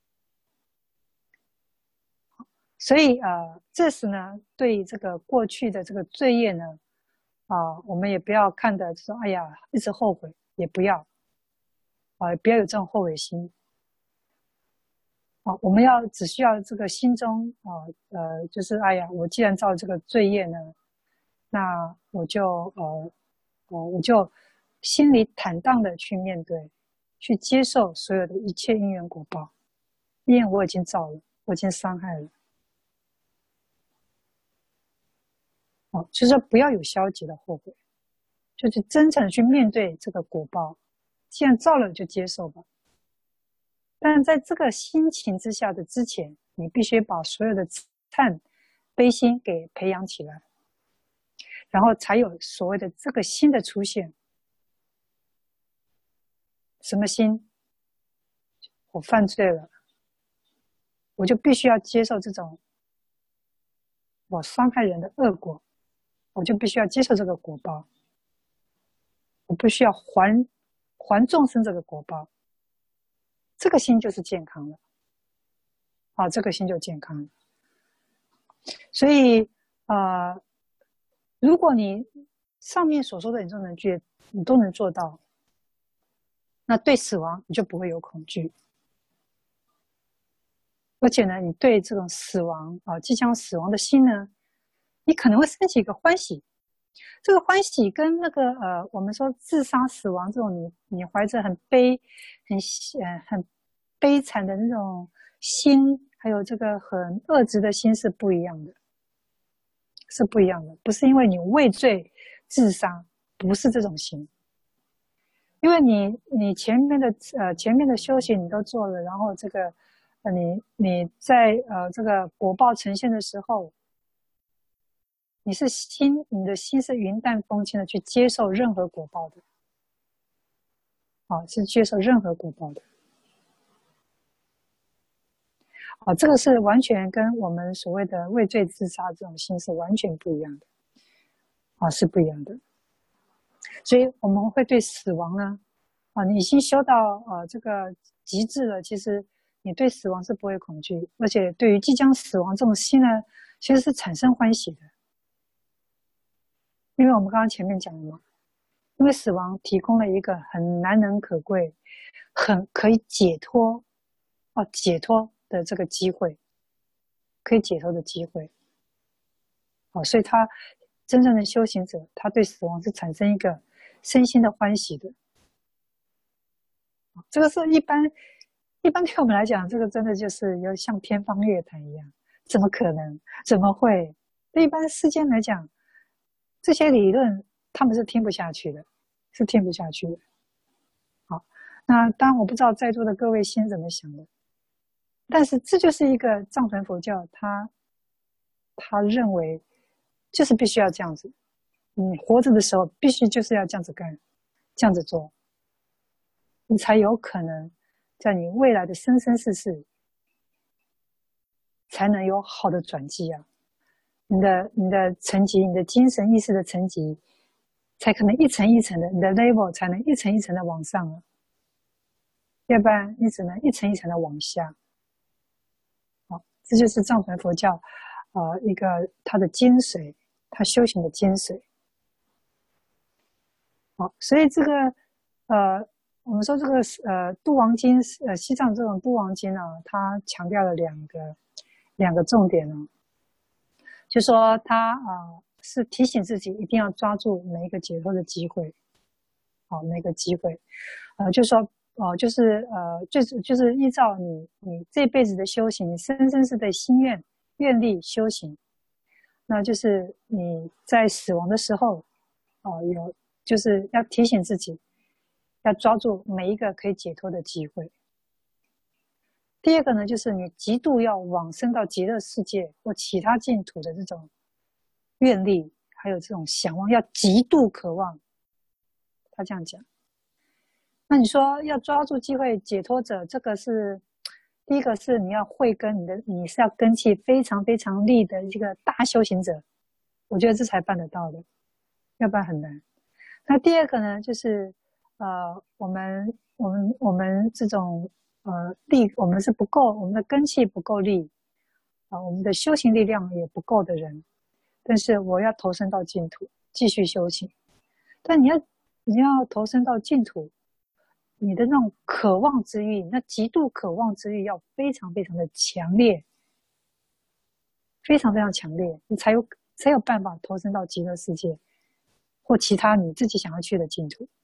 S1: 所以这时呢，对这个过去的这个罪业呢，我们也不要看的说，哎呀，一直后悔，也不要不要有这种后悔心我们只需要这个心中就是哎呀，我既然造这个罪业呢，那我就心里坦荡的去面对，去接受所有的一切因缘果报，因为我已经造了，我已经伤害了就是不要有消极的后悔，就是真诚的去面对这个果报，既然造了就接受吧。但是在这个心情之下的之前，你必须把所有的忏悲心给培养起来，然后才有所谓的这个心的出现。什么心？我犯罪了，我就必须要接受这种我伤害人的恶果，我就必须要接受这个果报，我必须要还众生这个果报，这个心就是健康了这个心就健康了。所以如果你上面所说的你都能做到，那对死亡你就不会有恐惧，而且呢，你对这种死亡即将死亡的心呢，你可能会升起一个欢喜。这个欢喜跟那个我们说自杀死亡这种你怀着很悲惨的那种心，还有这个很恶质的心是不一样的，是不一样的。不是因为你畏罪自杀，不是这种心。因为你前面的修行你都做了，然后这个你在这个果报呈现的时候，你的心是云淡风轻的去接受任何果报的是接受任何果报的这个是完全跟我们所谓的畏罪自杀这种心是完全不一样的是不一样的。所以我们会对死亡呢你已经修到这个极致了，其实你对死亡是不会恐惧，而且对于即将死亡这种心呢，其实是产生欢喜的。因为我们刚刚前面讲了嘛，因为死亡提供了一个很难能可贵、很可以解脱的这个机会，可以解脱的机会所以他真正的修行者，他对死亡是产生一个身心的欢喜的这个是一般对我们来讲，这个真的就是有像天方夜谭一样，怎么可能？怎么会？对一般世间来讲，这些理论他们是听不下去的，是听不下去的。好，那当然我不知道在座的各位心怎么想的，但是这就是一个藏传佛教，他认为就是必须要这样子，你活着的时候必须就是要这样子干，这样子做，你才有可能在你未来的生生世世才能有好的转机啊！你的层级，你的精神意识的层级，才可能一层一层的，你的 level 才能一层一层的往上啊，要不然你只能一层一层的往下。好，这就是藏传佛教，一个它的精髓，它修行的精髓。好，所以这个我们说这个度王经，西藏这种度王经呢，它强调了两个重点呢，就说它是提醒自己一定要抓住每一个解脱的机会，每个机会，就是说就是依照你这辈子的修行，你生生世的心愿力修行，那就是你在死亡的时候，就是要提醒自己，要抓住每一个可以解脱的机会。第二个呢，就是你极度要往生到极乐世界或其他净土的这种愿力，还有这种想望，要极度渴望。他这样讲。那你说要抓住机会解脱者，这个是第一个是你要慧根，你是要根气非常非常利的一个大修行者，我觉得这才办得到的，要不然很难。那第二个呢，就是我们这种力，我们是不够，我们的根气不够力我们的修行力量也不够的人，但是我要投身到净土继续修行，但你要投身到净土，你的那种渴望之欲，那极度渴望之欲要非常非常的强烈，非常非常强烈，你才有办法投身到极乐世界或其他你自己想要去的净土。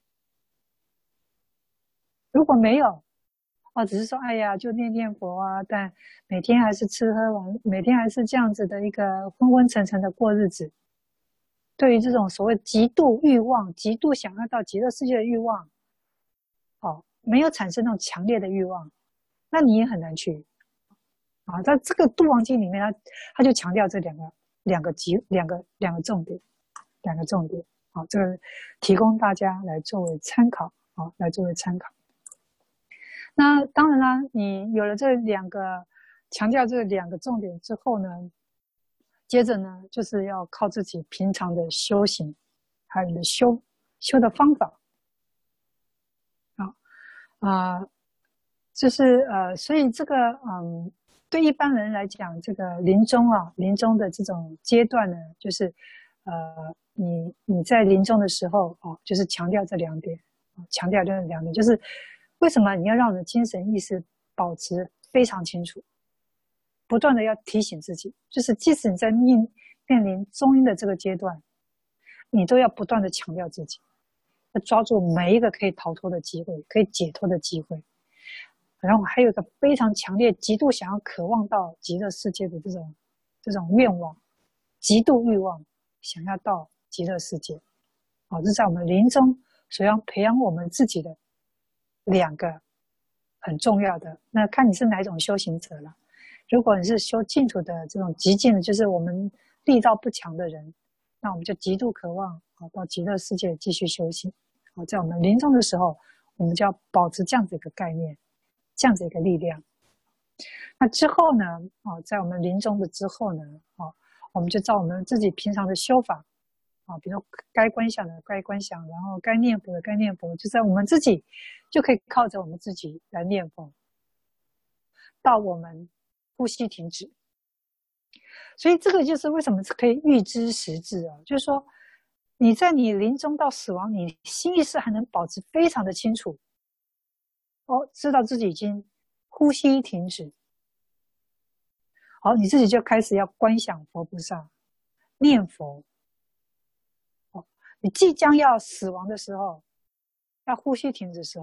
S1: 如果没有只是说哎呀就念念佛啊，但每天还是吃喝玩，每天还是这样子的一个昏昏沉沉的过日子，对于这种所谓极度欲望，极度想要到极乐世界的欲望没有产生那种强烈的欲望，那你也很难去在这个度王经里面他就强调这两个重点，这个提供大家来作为参考来作为参考。那当然啦，你有了这强调这两个重点之后呢，接着呢就是要靠自己平常的修行，还有你的修的方法就是所以这个对一般人来讲，这个临终的这种阶段呢，就是你在临终的时候就是强调这两点，就是为什么你要让你的精神意识保持非常清楚，不断的要提醒自己，就是即使你在面临中阴的这个阶段，你都要不断的强调自己，要抓住每一个可以逃脱的机会，可以解脱的机会。然后还有一个非常强烈、极度想要渴望到极乐世界的这种愿望，极度欲望，想要到极乐世界。这是在我们临终所要培养我们自己的两个很重要的。那看你是哪一种修行者了。如果你是修净土的这种极尽的，就是我们力道不强的人，那我们就极度渴望到极乐世界继续修行。在我们临终的时候，我们就要保持这样子一个概念，这样子一个力量。那之后呢在我们临终的之后呢我们就照我们自己平常的修法比如该观想的该观想，然后该念佛的该念佛，就在我们自己就可以靠着我们自己来念佛，到我们呼吸停止。所以这个就是为什么可以预知时至就是说你在你临终到死亡，你心意识还能保持非常的清楚知道自己已经呼吸停止，好，你自己就开始要观想佛菩萨，念佛你即将要死亡的时候，要呼吸停止的时候，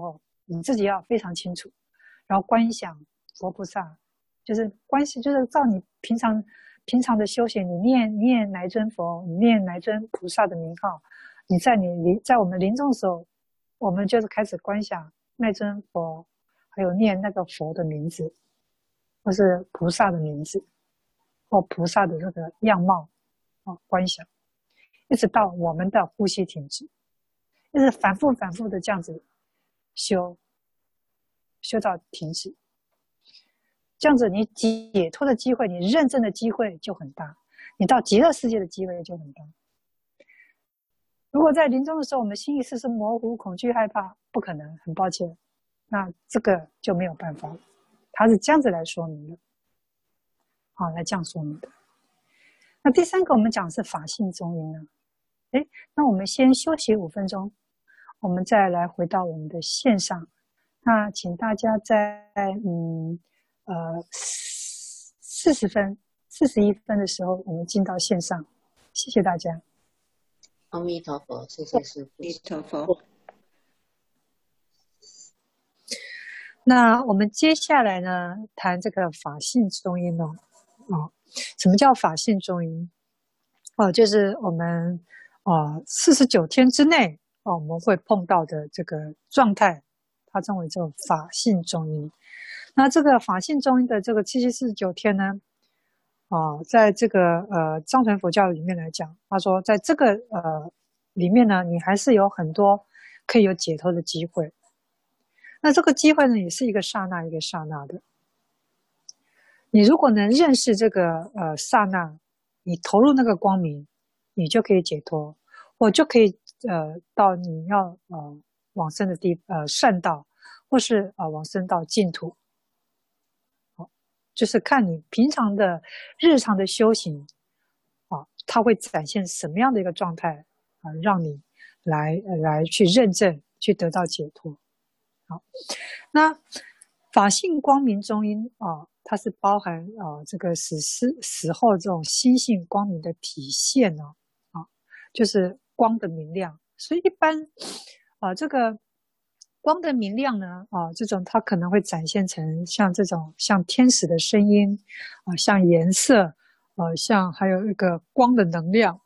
S1: 你自己要非常清楚，然后观想佛菩萨，就是就是照你平常的修行，你念哪一尊佛，你念哪一尊菩萨的名号，在我们临终的时候，我们就是开始观想那尊佛，还有念那个佛的名字，或是菩萨的名字，或菩萨的这个样貌观想，一直到我们的呼吸停止，一直反复的这样子修到停止。这样子你解脱的机会，你认证的机会就很大，你到极乐世界的机会就很大。如果在临终的时候我们心意识是模糊、恐惧、害怕，不可能，很抱歉，那这个就没有办法了。它是这样子来说明的，来这样说明的。那第三个我们讲的是法性中阴呢，那我们先休息5分钟，我们再来回到我们的线上。那请大家在41分的时候，我们进到线上。谢谢大家。
S2: 阿弥陀佛，谢谢师父。阿弥陀佛。
S1: 那我们接下来呢，谈这个法性中阴哦。什么叫法性中阴？就是我们49天之内我们会碰到的这个状态，它称为这种法性中阴。那这个法性中阴的这个749天呢，在这个藏传佛教里面来讲，他说在这个里面呢，你还是有很多可以有解脱的机会。那这个机会呢，也是一个刹那一个刹那的。你如果能认识这个刹那，你投入那个光明，你就可以解脱，或就可以到你要往生的善道，或是往生到净土。就是看你平常的日常的修行它会展现什么样的一个状态让你来去认证，去得到解脱。好，那法性光明中阴它是包含这个死后这种心性光明的体现就是光的明亮。所以一般这个光的明亮呢这种它可能会展现成像这种像天使的声音像颜色像还有一个光的能量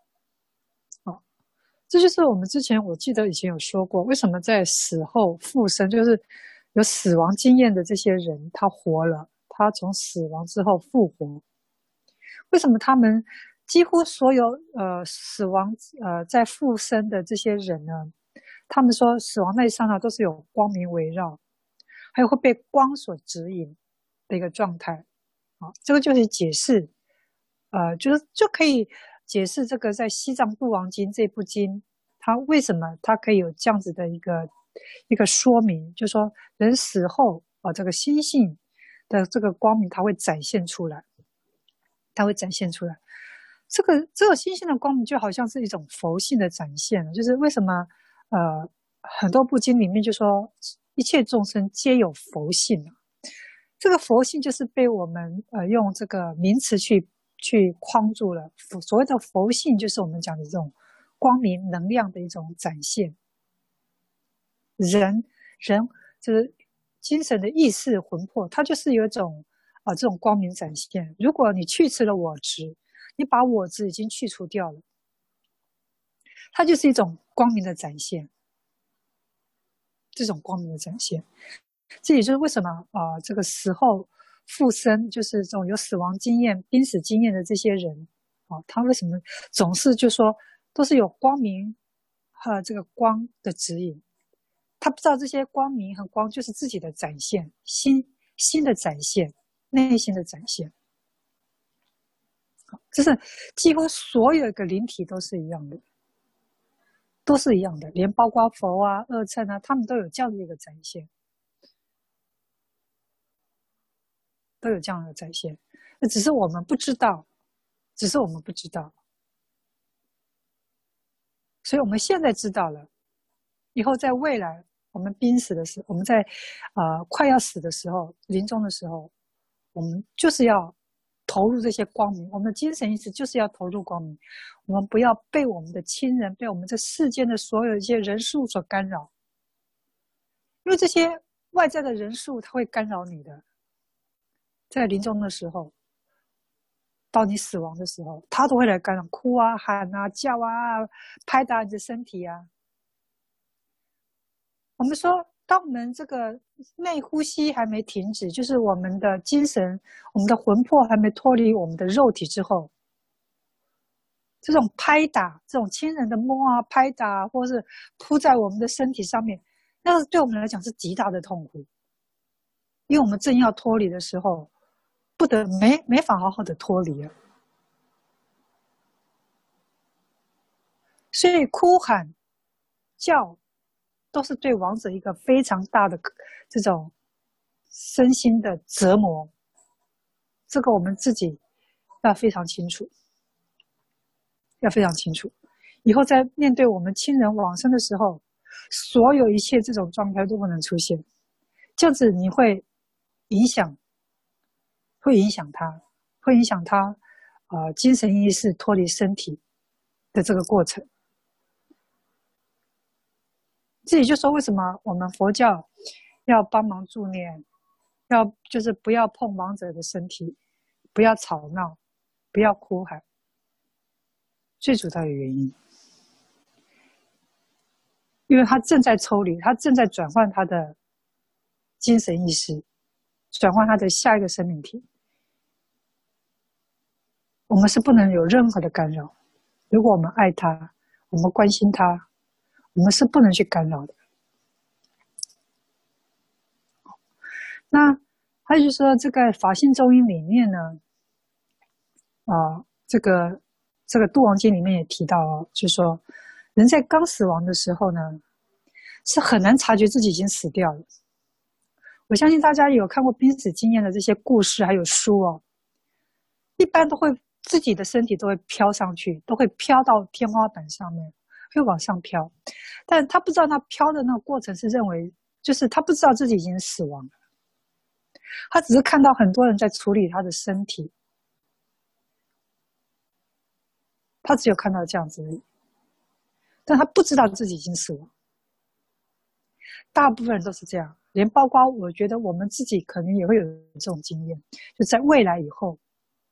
S1: 这就是我们之前我记得以前有说过，为什么在死后复生，就是有死亡经验的这些人他活了，他从死亡之后复活，为什么他们几乎所有死亡在复生的这些人呢，他们说死亡那一刹那都是有光明围绕，还有会被光所指引的一个状态这个就是解释就可以解释这个在西藏度王经这部经它为什么它可以有这样子的一个说明，就是说人死后这个心性的这个光明它会展现出来，它会展现出来。这个心性的光明就好像是一种佛性的展现，就是为什么很多部经里面就说一切众生皆有佛性这个佛性就是被我们用这个名词去框住了。所谓的佛性就是我们讲的这种光明能量的一种展现。人就是精神的意识魂魄，它就是有一种这种光明展现。如果你去除了我执，你把我执已经去除掉了，它就是一种光明的展现，这种光明的展现。这也就是为什么这个死后复生，就是这种有死亡经验、濒死经验的这些人他为什么总是就说都是有光明和这个光的指引？他不知道这些光明和光就是自己的展现，心的展现，内心的展现。就是几乎所有的灵体都是一样的，都是一样的，连包括佛二乘他们都有这样的一个展现，都有这样的展现。那只是我们不知道，所以我们现在知道了，以后在未来我们濒死的时候，我们在快要死的时候，临终的时候，我们就是要投入这些光明，我们的精神意识就是要投入光明，我们不要被我们的亲人，被我们这世间的所有一些人数所干扰， 因为这些外在的人数它会干扰你的，在临终的时候，到你死亡的时候，他都会来干扰，哭啊、喊啊、叫啊、拍打你的身体啊。我们说，当我们这个内呼吸还没停止，就是我们的精神、我们的魂魄还没脱离我们的肉体之后，这种拍打、这种亲人的摸啊、拍打，或是扑在我们的身体上面，那对我们来讲是极大的痛苦，因为我们正要脱离的时候，没法好好的脱离了。所以哭喊、叫，都是对亡者一个非常大的这种身心的折磨。这个我们自己要非常清楚，要非常清楚。以后在面对我们亲人往生的时候，所有一切这种状态都不能出现，这样子你会影响他，会影响他精神意识脱离身体的这个过程。这也就是说，为什么我们佛教要帮忙助念，就是不要碰亡者的身体，不要吵闹，不要哭喊，最主要的原因，因为他正在抽离，他正在转换他的精神意识，转换他的下一个生命体。我们是不能有任何的干扰。如果我们爱他，我们关心他，我们是不能去干扰的。那还有就是说，这个法性咒音里面呢，这个度王经里面也提到就是说，人在刚死亡的时候呢，是很难察觉自己已经死掉了。我相信大家有看过濒死经验的这些故事还有书一般都会自己的身体都会飘上去，都会飘到天花板上面，会往上飘，但他不知道他飘的那个过程是认为，就是他不知道自己已经死亡了，他只是看到很多人在处理他的身体，他只有看到这样子而已，但他不知道自己已经死亡。大部分人都是这样，连包括我觉得我们自己可能也会有这种经验，就在未来以后。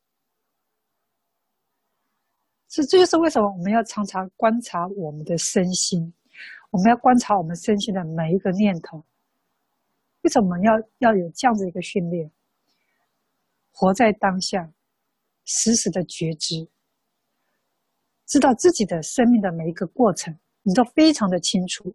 S1: 这就是为什么我们要常常观察我们的身心，我们要观察我们身心的每一个念头。为什么我们要有这样子一个训练？活在当下，时时的觉知，知道自己的生命的每一个过程，你都非常的清楚。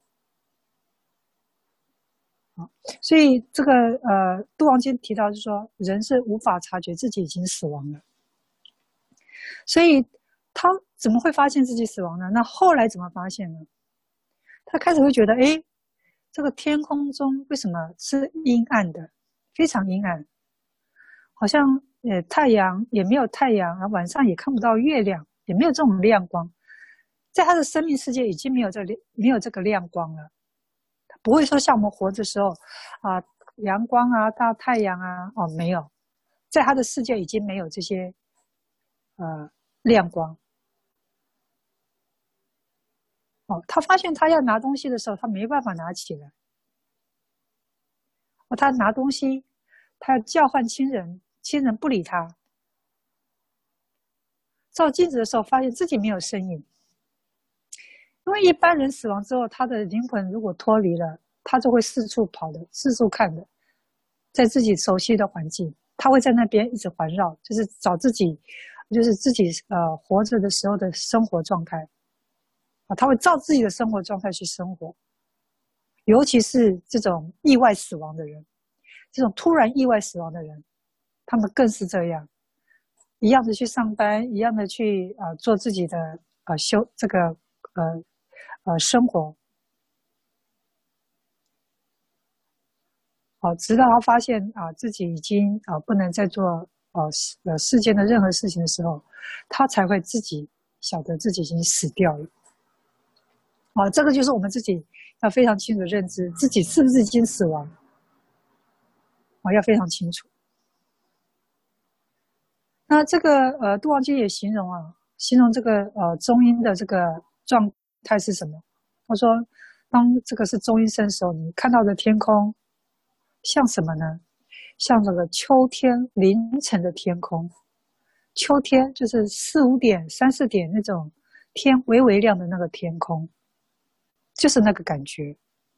S1: 所以这个度王经提到就是说，人是无法察觉自己已经死亡了，所以他怎么会发现自己死亡呢？那后来怎么发现呢？他开始会觉得，诶，这个天空中为什么是阴暗的，非常阴暗，好像太阳也没有太阳，晚上也看不到月亮，也没有这种亮光，在他的生命世界已经没有这个亮光了。不会说像我们活的时候阳光大太阳没有，在他的世界已经没有这些亮光。他发现他要拿东西的时候，他没办法拿起来。他拿东西，他要叫唤亲人，亲人不理他。照镜子的时候，发现自己没有身影。因为一般人死亡之后，他的灵魂如果脱离了，他就会四处跑的，四处看的，在自己熟悉的环境，他会在那边一直环绕，就是找自己，就是自己活着的时候的生活状态他会照自己的生活状态去生活。尤其是这种意外死亡的人，这种突然意外死亡的人，他们更是这样，一样的去上班，一样的去做自己的生活。直到他发现自己已经不能再做世间的任何事情的时候，他才会自己晓得自己已经死掉了。这个就是我们自己要非常清楚认知自己是不是已经死亡要非常清楚。那这个度王经也形容这个中阴的这个状态是什么？他说当这个是中阴身的时候，你看到的天空像什么呢？像这个秋天凌晨的天空。秋天就是4、5点、3、4点那种天微微亮的那个天空，就是那个感觉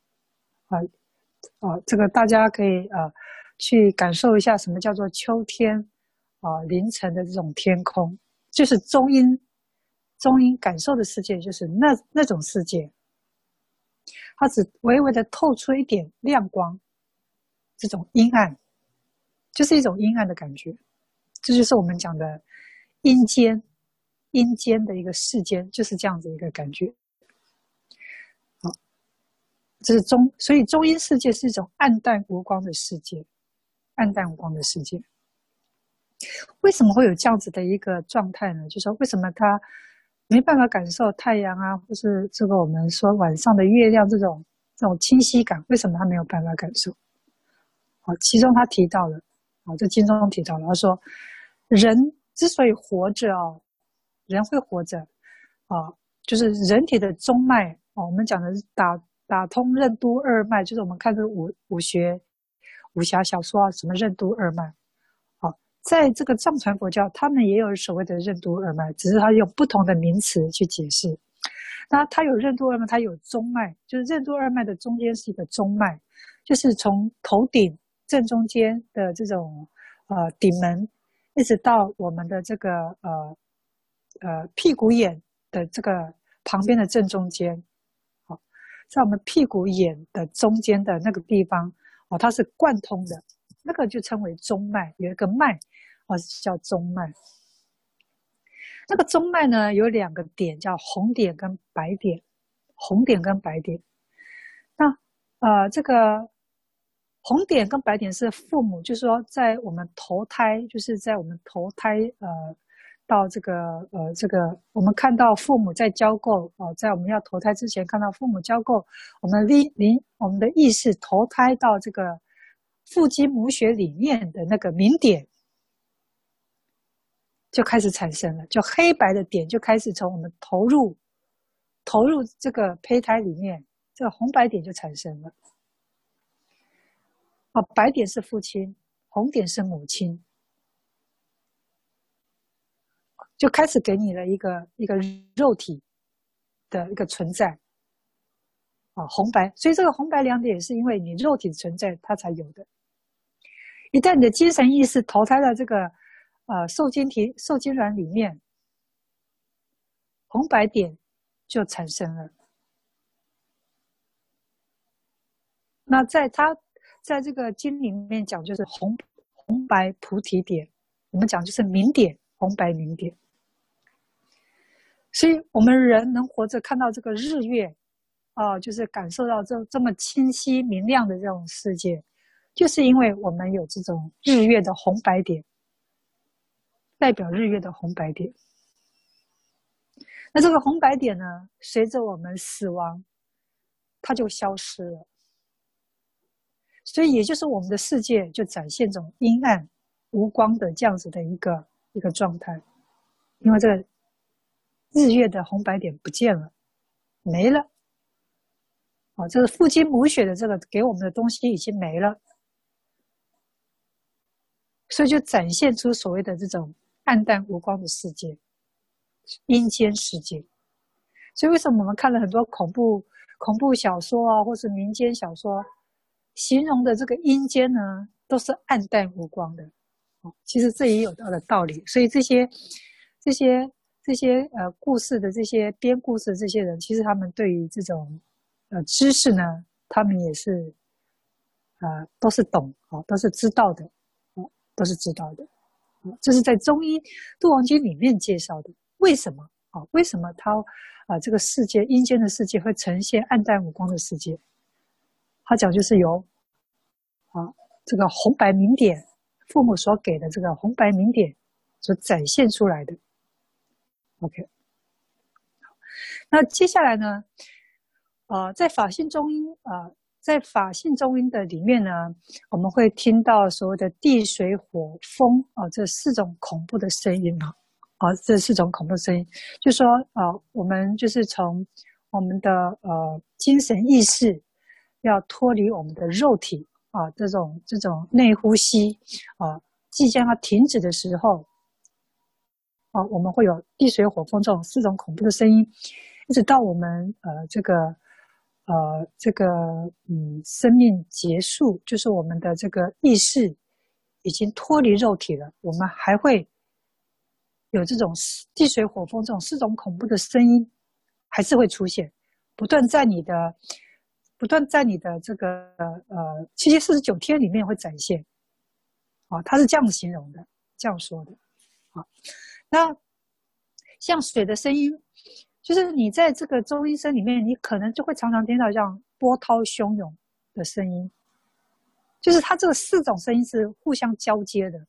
S1: 这个大家可以去感受一下什么叫做秋天凌晨的这种天空，就是中阴感受的世界，就是那种世界，它只微微的透出一点亮光，这种阴暗就是一种阴暗的感觉，这就是我们讲的阴间的一个世间，就是这样子一个感觉。好，这是所以中阴世界是一种暗淡无光的世界，暗淡无光的世界。为什么会有这样子的一个状态呢？就是说为什么他没办法感受太阳啊，或是这个我们说晚上的月亮这种清晰感，为什么他没有办法感受？其中他提到了这经中提到了，他说人之所以活着人会活着就是人体的中脉我们讲的是打通任督二脉，就是我们看的武侠小说什么任督二脉在这个藏传佛教他们也有所谓的任督二脉，只是他用不同的名词去解释。那他有任督二脉，他有中脉，就是任督二脉的中间是一个中脉，就是从头顶正中间的这种顶门，一直到我们的这个屁股眼的这个旁边的正中间在我们屁股眼的中间的那个地方它是贯通的，那个就称为中脉，有一个脉叫中脉。那个中脉呢有2个点，叫红点跟白点。红点跟白点，那这个红点跟白点是父母，就是说在我们投胎，就是在我们投胎到这个我们看到父母在交媾在我们要投胎之前看到父母交媾，我们的意识投胎到这个父精母血里面的那个明点就开始产生了，就黑白的点就开始从我们投入这个胚胎里面，这个红白点就产生了白点是父亲，红点是母亲，就开始给你了一个肉体的一个存在红白，所以这个红白2点也是因为你肉体的存在它才有的。一旦你的精神意识投胎到这个受精卵里面，红白点就产生了。那在这个经里面讲，就是红白菩提点，我们讲就是明点，红白明点。所以我们人能活着看到这个日月就是感受到这么清晰明亮的这种世界，就是因为我们有这种日月的红白点，代表日月的红白点。那这个红白点呢，随着我们死亡它就消失了，所以也就是我们的世界就展现这种阴暗无光的这样子的一个状态，因为这个日月的红白点不见了，没了这个父精母血的这个给我们的东西已经没了，所以就展现出所谓的这种暗淡无光的世界，阴间世界。所以为什么我们看了很多恐怖小说或是民间小说，形容的这个阴间呢都是暗淡无光的其实这也有它的道理。所以这些故事的这些编故事的这些人，其实他们对于这种知识呢，他们也是都是懂都是知道的都是知道的这是在中医度王经里面介绍的。为什么它这个世界阴间的世界会呈现暗淡无光的世界？他讲就是由这个红白明点，父母所给的这个红白明点所展现出来的。OK， 那接下来呢在法性中阴的里面呢，我们会听到所谓的地水火风这4种恐怖的声音这4种恐怖的声音，就是说我们就是从我们的精神意识要脱离我们的肉体啊，这种内呼吸啊，即将要停止的时候，我们会有地水火风这种4种恐怖的声音，一直到我们生命结束，就是我们的这个意识已经脱离肉体了，我们还会有这种地水火风这种4种恐怖的声音，还是会出现，不断在你的这个749天里面会展现。他是这样形容的，这样说的。那像水的声音，就是你在这个中阴身里面，你可能就会常常听到像波涛汹涌的声音，就是它这个4种声音是互相交接的。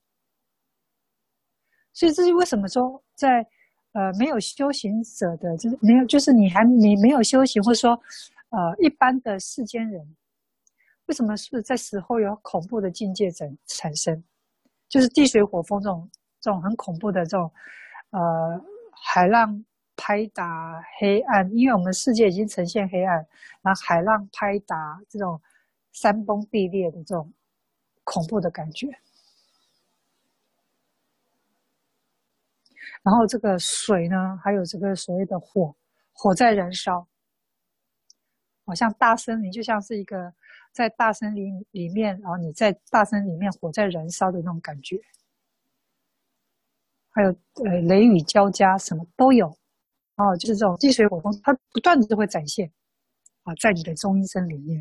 S1: 所以这是为什么说在没有修行者的，就是你没有修行，或者说一般的世间人，为什么是在死后有恐怖的境界产生？就是地水火风这种很恐怖的这种海浪拍打黑暗，因为我们世界已经呈现黑暗，然后海浪拍打这种山崩地裂的这种恐怖的感觉。然后这个水呢，还有这个所谓的火在燃烧，好像大森林，就像是一个在大森林里面，然后你在大森林里面火在燃烧的那种感觉。还有雷雨交加，什么都有就是这种地水火风，它不断的会展现在你的中阴身里面。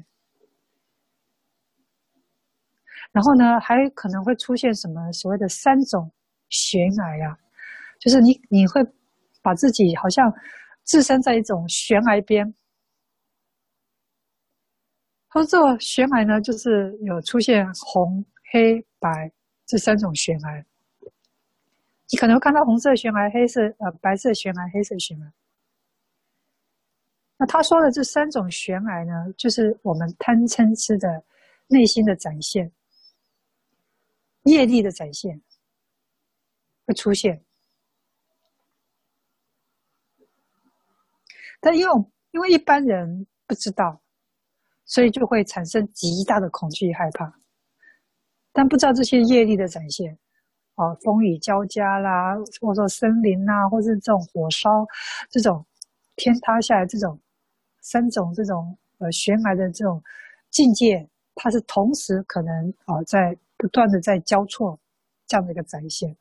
S1: 然后呢，还可能会出现什么所谓的3种悬崖就是你会把自己好像置身在一种悬崖边。它这个悬崖呢，就是有出现红、黑、白这3种悬崖。你可能会看到红色悬崖、白色悬崖、黑色悬崖。那他说的这3种悬崖呢，就是我们贪嗔痴的内心的展现，业力的展现会出现。但因为一般人不知道，所以就会产生极大的恐惧害怕。但不知道这些业力的展现风雨交加啦，或者说森林或是这种火烧，这种天塌下来，这种3种这种悬崖的这种境界，它是同时可能在不断的在交错这样的一个展现。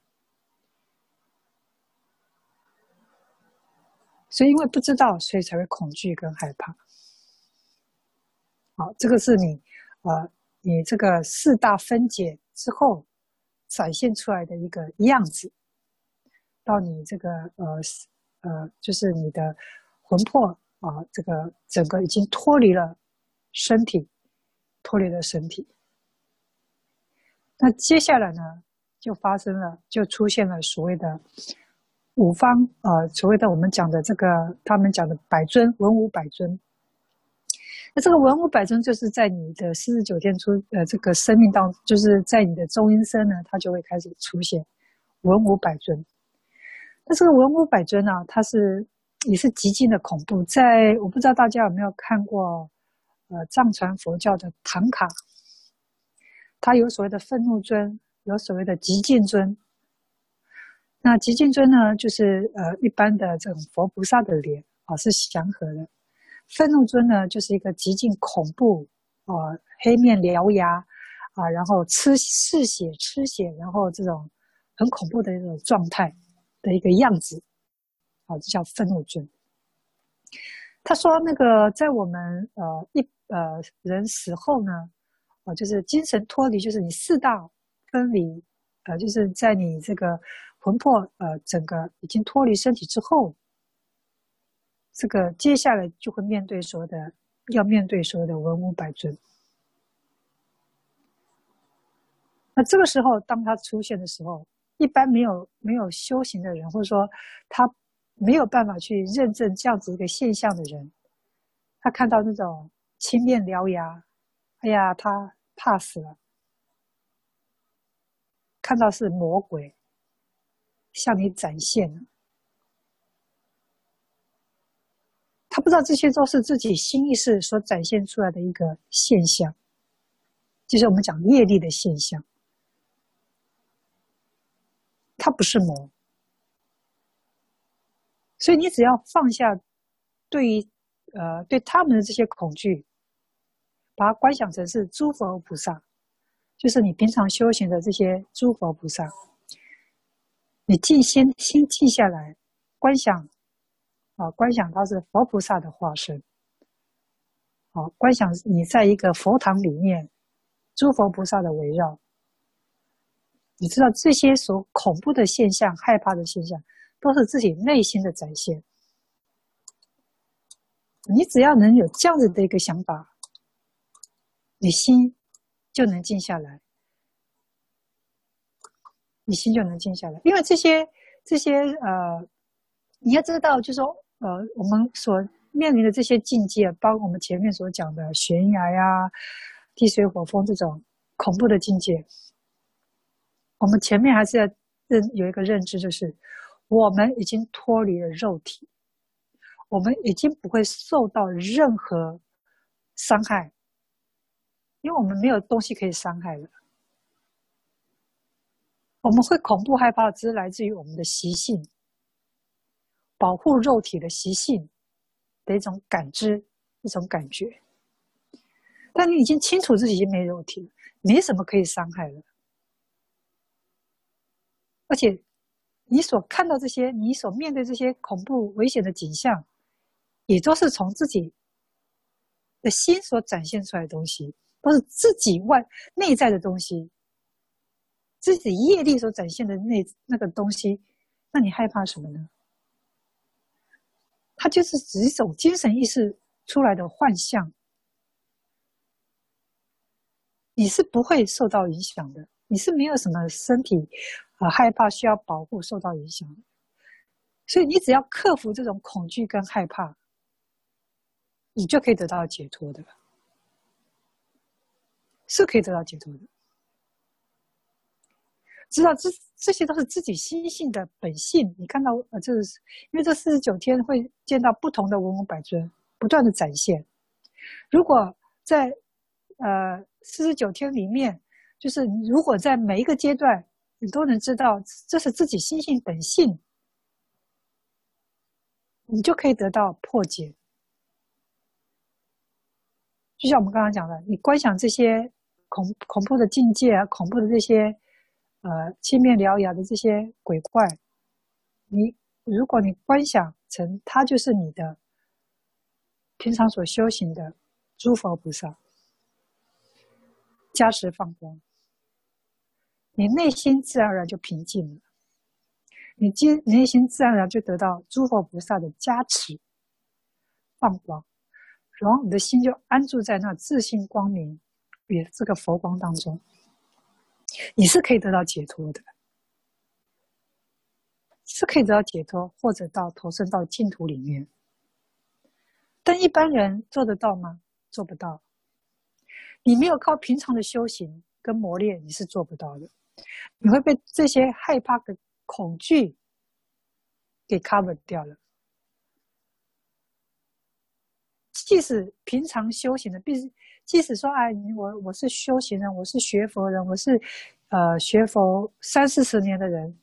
S1: 所以因为不知道，所以才会恐惧跟害怕。这个是你这个4大分解之后展现出来的一个样子，到你这个就是你的魂魄这个整个已经脱离了身体，那接下来呢，就出现了所谓的五方所谓的我们讲的这个他们讲的百尊文武百尊。那这个文武百尊就是在你的49天这个生命当中，就是在你的中阴身呢，它就会开始出现文武百尊。那这个文武百尊它也是极尽的恐怖。我不知道大家有没有看过藏传佛教的唐卡，它有所谓的愤怒尊，有所谓的极尽尊。那极尽尊呢，就是一般的这种佛菩萨的脸是祥和的。愤怒尊呢，就是一个极尽恐怖黑面獠牙然后吃血，然后这种很恐怖的一种状态的一个样子这叫愤怒尊。他说那个在我们人死后呢就是精神脱离，就是你4大分离就是在你这个魂魄整个已经脱离身体之后，这个接下来就会面对所有的文武百尊。那这个时候当他出现的时候，一般没有修行的人，或者说他没有办法去认证这样子一个现象的人，他看到那种青面獠牙，哎呀他怕死了，看到是魔鬼向你展现了， 他不知道这些都是自己心意识所展现出来的一个现象，就是我们讲业力的现象。他不是魔，所以你只要放下对他们的这些恐惧，把它观想成是诸佛菩萨，就是你平常修行的这些诸佛菩萨，你心静下来，观想他是佛菩萨的化身，观想你在一个佛堂里面，诸佛菩萨的围绕，你知道这些所恐怖的现象、害怕的现象，都是自己内心的展现。你只要能有这样子的一个想法，你心就能静下来，你心就能静下来。因为这些你要知道，就是说我们所面临的这些境界，包括我们前面所讲的悬崖呀、地水火风这种恐怖的境界，我们前面还是要有一个认知，就是我们已经脱离了肉体，我们已经不会受到任何伤害，因为我们没有东西可以伤害了。我们会恐怖害怕，只是来自于我们的习性，保护肉体的习性的一种感知，一种感觉。但你已经清楚自己已经没肉体了，没什么可以伤害了。而且你所看到这些，你所面对这些恐怖危险的景象，也都是从自己的心所展现出来的东西，都是自己内在的东西，自己业力所展现的那个东西，那你害怕什么呢？它就是只是一种精神意识出来的幻象，你是不会受到影响的，你是没有什么身体害怕需要保护受到影响的。所以你只要克服这种恐惧跟害怕，你就可以得到解脱的，是可以得到解脱的。知道这些都是自己心性的本性。你看到这是因为这49天会见到不同的文武百尊不断的展现。如果在49天里面，就是如果在每一个阶段你都能知道这是自己心性本性，你就可以得到破解。就像我们刚刚讲的，你观想这些恐怖的境界啊，恐怖的这些青面獠牙的这些鬼怪，如果你观想成它就是你的平常所修行的诸佛菩萨加持放光，你内心自然而然就平静了，你内心自然而然就得到诸佛菩萨的加持放光，然后你的心就安住在那自信光明与这个佛光当中，你是可以得到解脱的，是可以得到解脱，或者投身到净土里面。但一般人做得到吗？做不到。你没有靠平常的修行跟磨练，你是做不到的。你会被这些害怕的恐惧给 cover 掉了。即使平常修行的，即使说我是修行人，我是学佛人，我是学佛30-40年的人，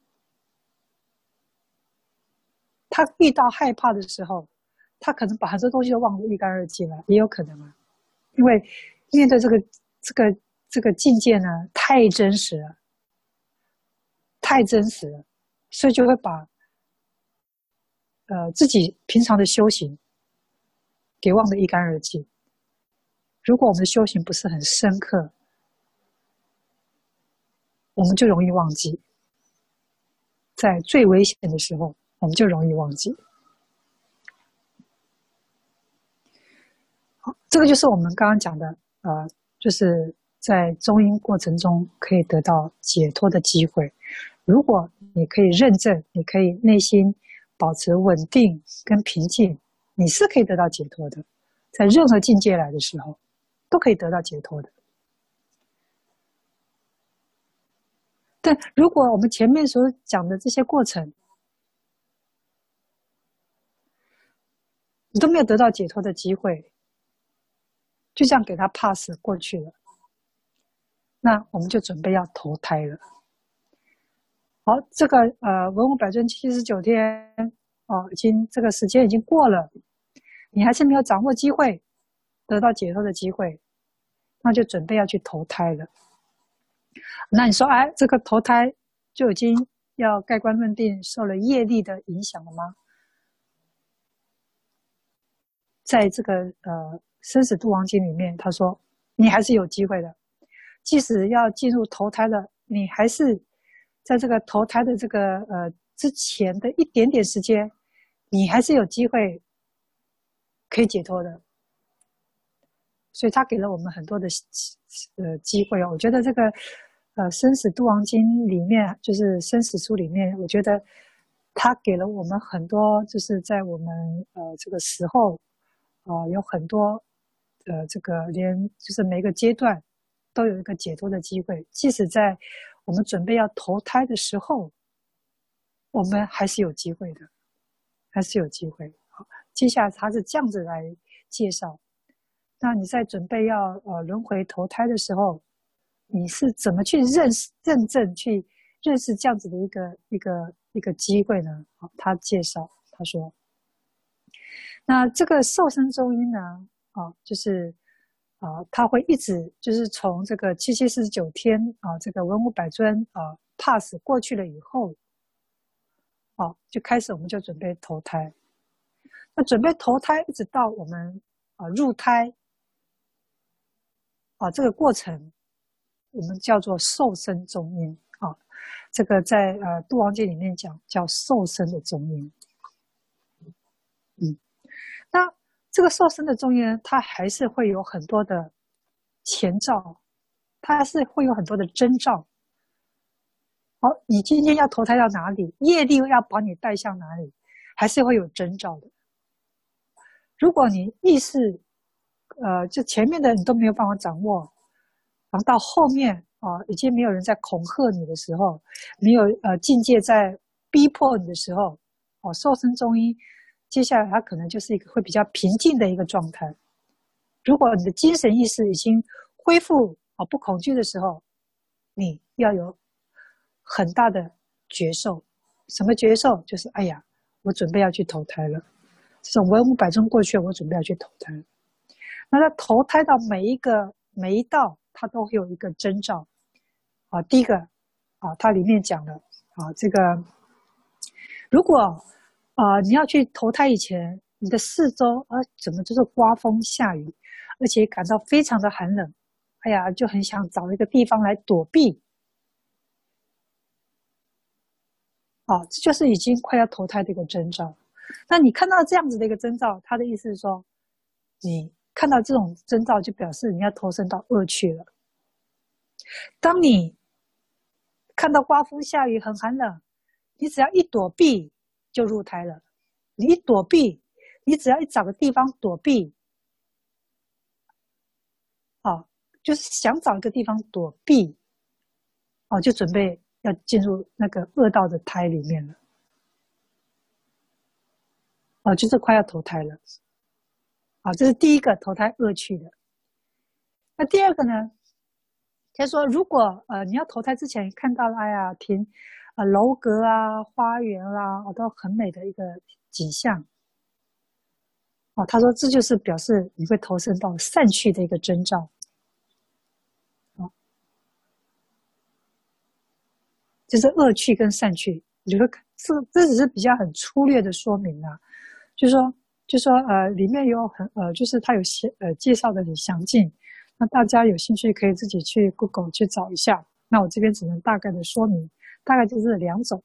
S1: 他遇到害怕的时候，他可能把很多东西都忘得一干二净了，也有可能啊。因为面对这个境界呢，太真实了，太真实了，所以就会把自己平常的修行给忘得一干二净。如果我们的修行不是很深刻，我们就容易忘记，在最危险的时候我们就容易忘记。好，这个就是我们刚刚讲的就是在中阴过程中可以得到解脱的机会。如果你可以认证，你可以内心保持稳定跟平静，你是可以得到解脱的，在任何境界来的时候都可以得到解脱的。但如果我们前面所讲的这些过程你都没有得到解脱的机会，就这样给他 pass 过去了。那我们就准备要投胎了。好，这个文武百尊79天已经这个时间已经过了，你还是没有掌握机会，得到解脱的机会，那就准备要去投胎了。那你说，哎，这个投胎就已经要盖棺论定，受了业力的影响了吗？在这个生死度亡经里面，他说你还是有机会的，即使要进入投胎了，你还是在这个投胎的这个之前的一点点时间，你还是有机会可以解脱的。所以他给了我们很多的机会哦。我觉得这个生死度亡经里面，就是生死书里面，我觉得他给了我们很多，就是在我们这个时候有很多这个连就是每个阶段都有一个解脱的机会，即使在我们准备要投胎的时候，我们还是有机会的，还是有机会。好，接下来他是这样子来介绍。那你在准备要轮回投胎的时候，你是怎么去认证去认识这样子的一个机会呢？好，他介绍他说，那这个受生中阴呢，就是他会一直就是从这个7749天这个文武百尊pass 过去了以后，就开始我们就准备投胎。那准备投胎一直到我们入胎。这个过程我们叫做受生中阴这个在度亡经里面讲叫受生的中阴。那这个受生的中阴，它还是会有很多的前兆，它还是会有很多的征兆。好，你今天要投胎到哪里，业力要把你带向哪里，还是会有征兆的。如果你意识就前面的你都没有办法掌握，然后到后面已经没有人在恐吓你的时候，没有境界在逼迫你的时候，受生中阴，接下来它可能就是一个会比较平静的一个状态。如果你的精神意识已经恢复不恐惧的时候，你要有很大的觉受。什么觉受？就是哎呀，我准备要去投胎了。这种文武百尊过去，我准备要去投胎了。那他投胎到每一道，它都会有一个征兆第一个它里面讲了这个如果你要去投胎以前，你的四周怎么就是刮风下雨，而且感到非常的寒冷，哎呀，就很想找一个地方来躲避这就是已经快要投胎的一个征兆。那你看到这样子的一个征兆，他的意思是说，你看到这种征兆就表示你要投身到恶趣了。当你看到刮风下雨很寒冷，你只要一躲避就入胎了。你一躲避，你只要一找个地方躲避就是想找一个地方躲避就准备要进入那个恶道的胎里面了就是快要投胎了这是第一个投胎恶趣的。那第二个呢，他说如果你要投胎之前看到了哎呀楼阁花园都很美的一个景象他说这就是表示你会投身到善趣的一个征兆就是恶趣跟善趣。你会这只是比较很粗略的说明就是说里面有就是他有介绍的很详尽，那大家有兴趣可以自己去 Google 去找一下。那我这边只能大概的说明，大概就是两种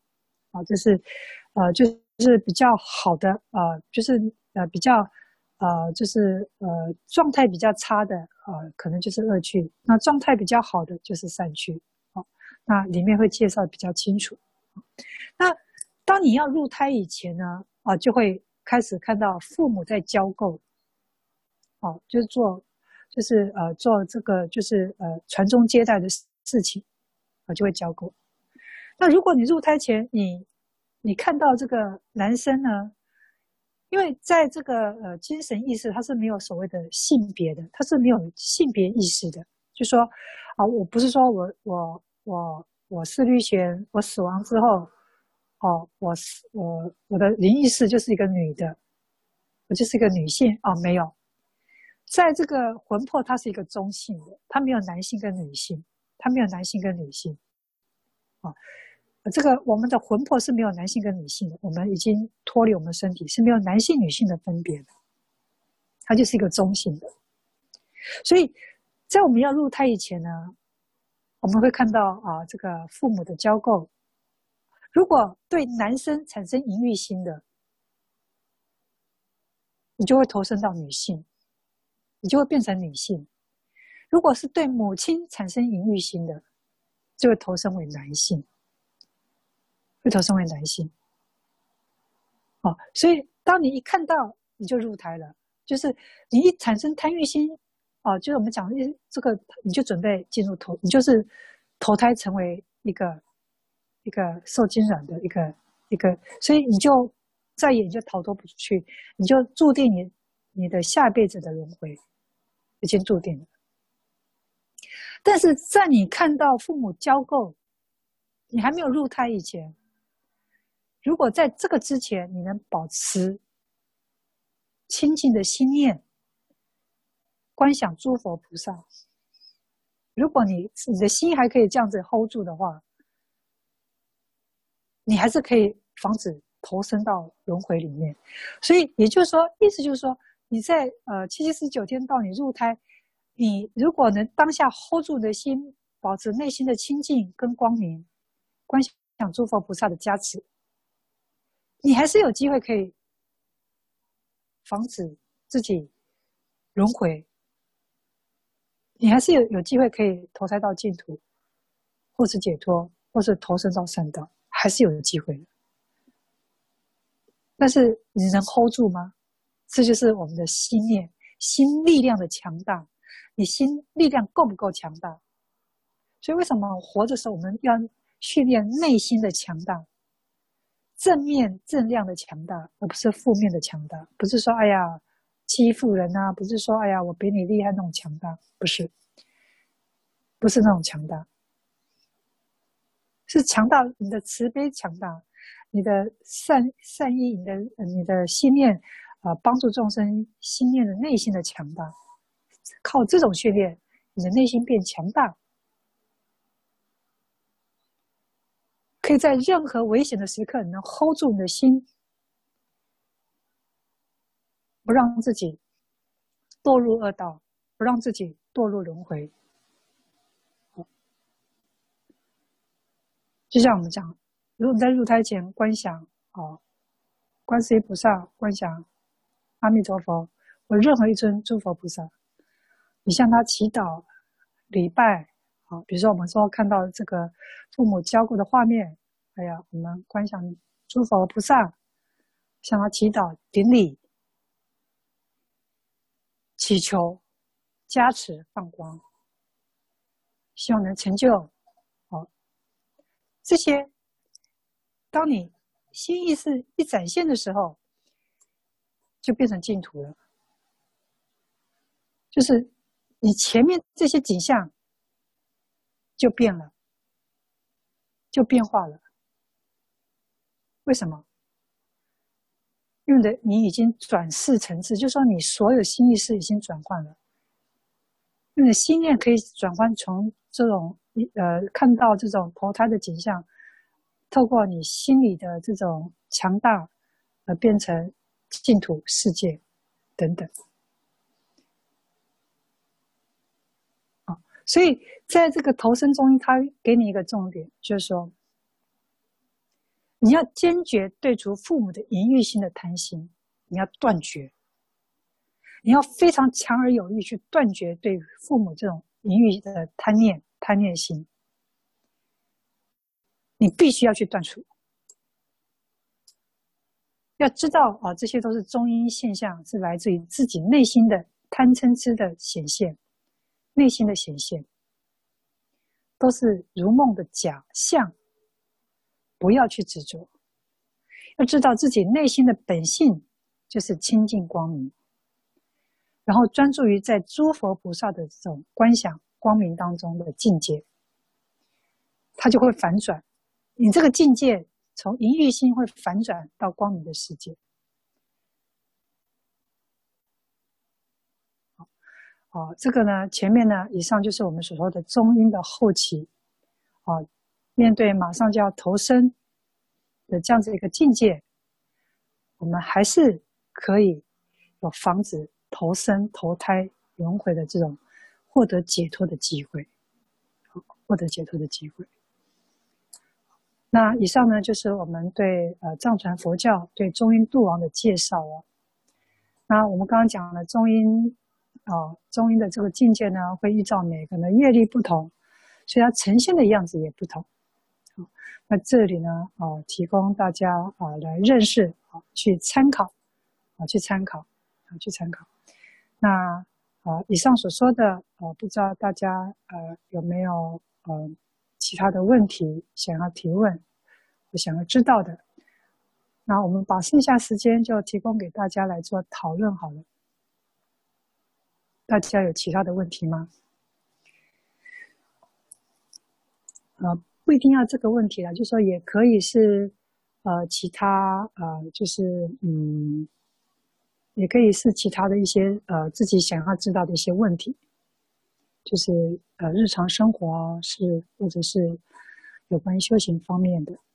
S1: 就是比较好的就是比较就是状态比较差的可能就是恶趣，那状态比较好的就是善趣那里面会介绍比较清楚。那当你要入胎以前呢就会开始看到父母在交媾就是做这个就是传宗接代的事情就会交媾。那如果你入胎前你看到这个男生呢因为在这个精神意识，它是没有所谓的性别的，它是没有性别意识的。就说啊，我不是说我是绿璇，我死亡之后，哦，我的灵意识就是一个女的，我就是一个女性哦，没有，在这个魂魄它是一个中性的，它没有男性跟女性，它没有男性跟女性啊。这个我们的魂魄是没有男性跟女性的，我们已经脱离我们身体，是没有男性女性的分别的，它就是一个中性的。所以在我们要入胎以前呢，我们会看到啊，这个父母的交媾，如果对男生产生淫欲心的，你就会投身到女性，你就会变成女性；如果是对母亲产生淫欲心的，就会投身为男性，会投身为男性。哦，所以当你一看到，你就入胎了，就是你一产生贪欲心，哦，就是我们讲这个，你就准备进入你就是投胎成为一个受精卵的一个，所以你就再也就逃脱不出去，你就注定你的下辈子的轮回已经注定了。但是在你看到父母交媾，你还没有入胎以前，如果在这个之前你能保持清净的心念，观想诸佛菩萨，如果你的心还可以这样子 hold 住的话，你还是可以防止投身到轮回里面。所以也就是说，意思就是说，你在749天到你入胎，你如果能当下 hold 住你的心，保持内心的清净跟光明，观想诸佛菩萨的加持，你还是有机会可以防止自己轮回，你还是有机会可以投胎到净土，或是解脱，或是投身到善道，还是有机会的。但是你能 hold 住吗？这就是我们的心念、心力量的强大。你心力量够不够强大？所以为什么活的时候我们要训练内心的强大，正面正量的强大，而不是负面的强大。不是说哎呀欺负人啊，不是说哎呀我比你厉害那种强大，不是那种强大，是强大你的慈悲强大，你的善意，你的心念帮助众生心念的内心的强大，靠这种训练，你的内心变强大，可以在任何危险的时刻能 hold 住你的心，不让自己堕入恶道，不让自己堕入轮回。就像我们讲，如果你在入胎前观想观世音菩萨，观想阿弥陀佛，或任何一尊诸佛菩萨，你向他祈祷、礼拜，比如说我们说看到这个父母交媾的画面，哎呀，我们观想诸佛菩萨，向他祈祷、顶礼，祈求加持、放光，希望能成就。这些，当你心意识一展现的时候，就变成净土了。就是你前面这些景象就变了，就变化了。为什么？因为你已经转世层次，就是说你所有心意识已经转换了。因为心念可以转换从这种看到这种投胎的景象，透过你心里的这种强大变成净土世界等等。所以在这个投身中，他给你一个重点，就是说你要坚决对除父母的淫欲心的贪心，你要断绝，你要非常强而有力去断绝对父母这种淫欲的贪念心，你必须要去断除。要知道这些都是中阴现象，是来自于自己内心的贪嗔痴的显现，内心的显现都是如梦的假象，不要去执着。要知道自己内心的本性就是清净光明，然后专注于在诸佛菩萨的这种观想光明当中的境界，它就会反转。你这个境界从淫欲心会反转到光明的世界。这个呢，前面呢，以上就是我们所说的中阴的后期，面对马上就要投生的这样子一个境界，我们还是可以有防止投生、投胎、轮回的这种获得解脱的机会，获得解脱的机会。那以上呢，就是我们对藏传佛教对中阴度王的介绍哦。那我们刚刚讲了中阴的这个境界呢，会依照每个人的业力不同，所以它呈现的样子也不同。那这里呢，提供大家来认识，去参考，去参考。那以上所说的，不知道大家有没有其他的问题想要提问，或想要知道的？那我们把剩下时间就提供给大家来做讨论好了。大家有其他的问题吗？不一定要这个问题啦，就说也可以是其他就是也可以是其他的一些自己想要知道的一些问题，就是日常生活是或者是有关于修行方面的。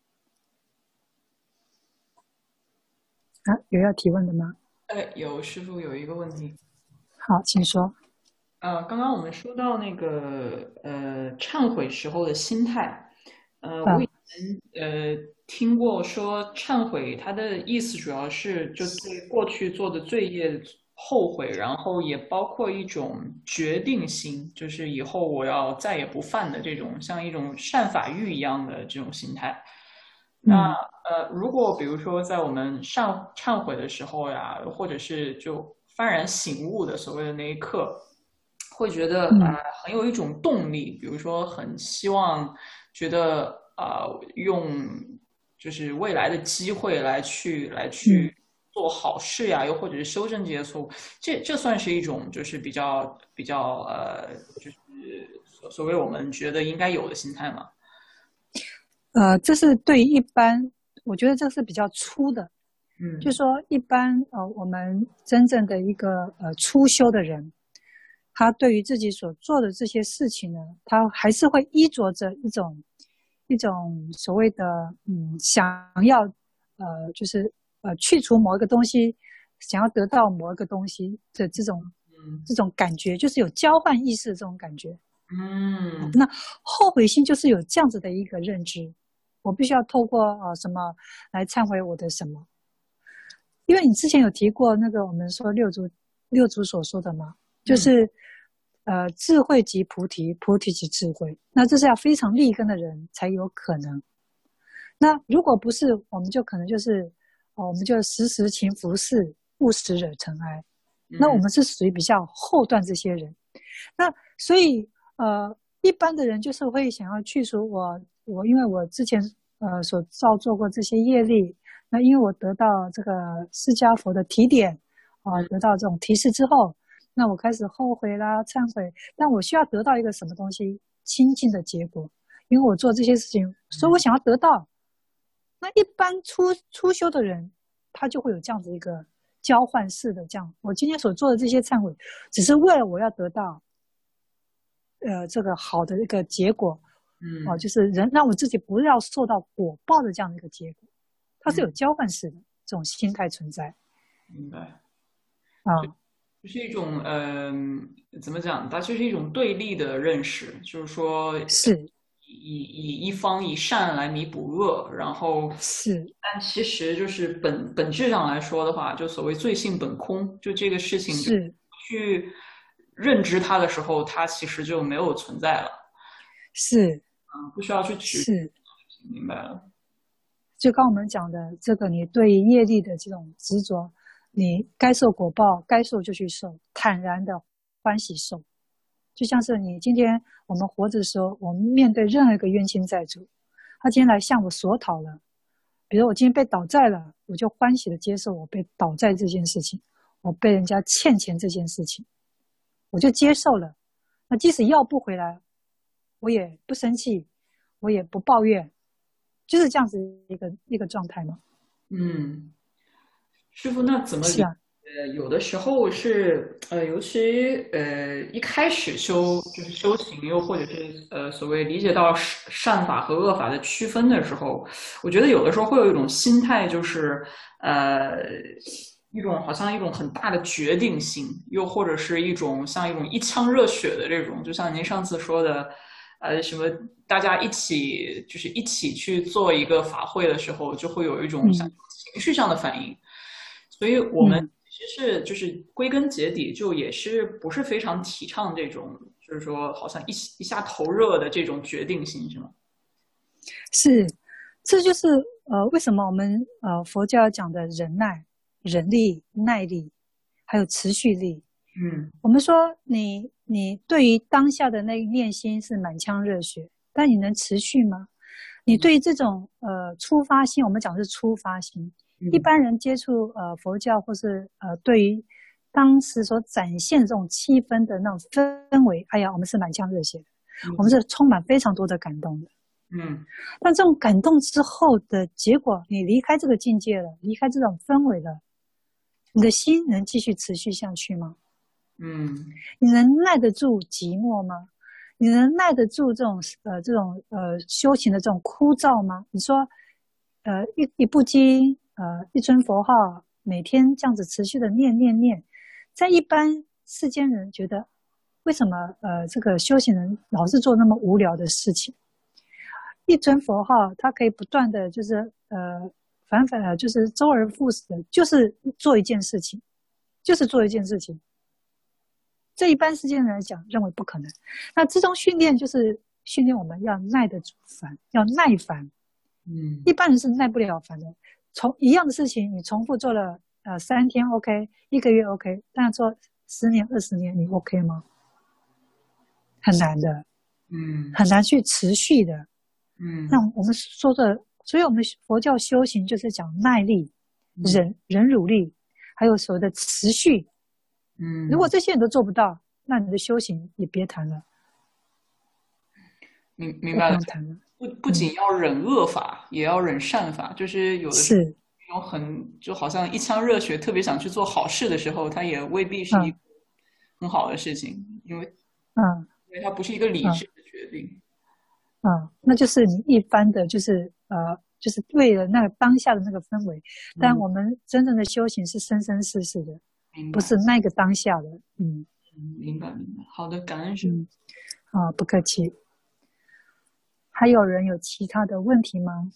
S1: 有要提问的吗？
S3: 有，师父有一个问题。
S1: 好，请说。
S3: 刚刚我们说到那个忏悔时候的心态，我以前听过说忏悔它的意思主要是就对过去做的罪业后悔，然后也包括一种决定心，就是以后我要再也不犯的这种像一种善法欲一样的这种心态。那如果比如说在我们忏悔的时候呀，或者是就幡然醒悟的所谓的那一刻，会觉得很有一种动力，比如说很希望觉得用就是未来的机会来去做好事呀，又或者是修正这些错误，这算是一种就是比较就是所谓我们觉得应该有的心态吗？
S1: 这是对于一般，我觉得这是比较粗的，就说一般我们真正的一个初修的人，他对于自己所做的这些事情呢，他还是会依着着一种所谓的想要就是去除某一个东西，想要得到某一个东西的这种感觉，就是有交换意识的这种感觉。那后悔心就是有这样子的一个认知，我必须要透过什么来忏悔我的什么。因为你之前有提过那个我们说六祖所说的嘛，就是智慧即菩提，菩提即智慧，那这是要非常立根的人才有可能。那如果不是，我们就可能就是我们就时时勤拂拭，勿使惹尘埃。那我们是属于比较后段这些人。那所以一般的人就是会想要去除我因为我之前所造作过这些业力，那因为我得到这个释迦佛的提点得到这种提示之后，那我开始后悔啦、忏悔，但我需要得到一个什么东西清净的结果，因为我做这些事情，所以我想要得到。那一般初修的人，他就会有这样子一个交换式的这样，我今天所做的这些忏悔，只是为了我要得到这个好的一个结果，就是让我自己不要受到果报的这样的一个结果，它是有交换式的这种心态存在。
S3: 明白。就是一种怎么讲？它就是一种对立的认识，就是说
S1: 是
S3: 以一方以善来弥补恶，然后但其实就是本质上来说的话，就所谓罪性本空，就这个事情是去认知它的时候，它其实就没有存在了。不需要去取。明白了。
S1: 就刚我们讲的这个，你对业力的这种执着，你该受果报，该受就去受，坦然的欢喜受。就像是你今天我们活着的时候，我们面对任何一个冤亲债主，他今天来向我索讨了， 比如我今天被倒债了，我就欢喜的接受我被倒债这件事情，我被人家欠钱这件事情，我就接受了。那即使要不回来，我也不生气，我也不抱怨，就是这样子一个状态嘛。
S3: 师傅，那怎么理？
S1: 是啊，
S3: 有的时候是尤其一开始就是修行，又或者是所谓理解到善法和恶法的区分的时候，我觉得有的时候会有一种心态，就是好像一种很大的决定性，又或者是像一种一腔热血的这种，就像您上次说的，什么大家一起去做一个法会的时候，就会有一种像情绪上的反应。所以我们其实就是归根结底，就也是不是非常提倡这种，就是说好像一下头热的这种决定性，是吗？
S1: 是，这就是为什么我们佛教讲的忍耐、忍力、耐力，还有持续力。我们说你对于当下的那个念心是满腔热血，但你能持续吗？你对于这种出发心，我们讲的是出发心。一般人接触佛教或是对于当时所展现这种气氛的那种氛围，哎呀，我们是满腔热血的，我们是充满非常多的感动的。但这种感动之后的结果，你离开这个境界了，离开这种氛围了，你的心能继续持续下去吗？你能耐得住寂寞吗？你能耐得住这种修行的这种枯燥吗？你说一部经一尊佛号，每天这样子持续的念，在一般世间人觉得，为什么这个修行人老是做那么无聊的事情？一尊佛号，它可以不断的就是反就是周而复始的，就是做一件事情，这一般世间人来讲，认为不可能。那这种训练就是训练我们要耐得住烦，要耐烦。一般人是耐不了烦的。从一样的事情，你重复做了3天 OK， 1个月 OK， 但做10年、20年，你 OK 吗？很难的，很难去持续的。那我们说的，所以我们佛教修行就是讲耐力、忍辱力，还有所谓的持续。如果这些你都做不到，那你的修行也别谈了。
S3: 明白了。不仅要忍恶法，也要忍善法。就是有的时候就好像一腔热血，特别想去做好事的时候，它也未必是一个很好的事情，因为它不是一个理智的决定。
S1: 那就是你一般的，就是为了那个当下的那个氛围。但我们真正的修行是生生世世的，不是那个当下的。
S3: 明白。好的，感恩师
S1: 父。不客气。还有人有其他的问题吗？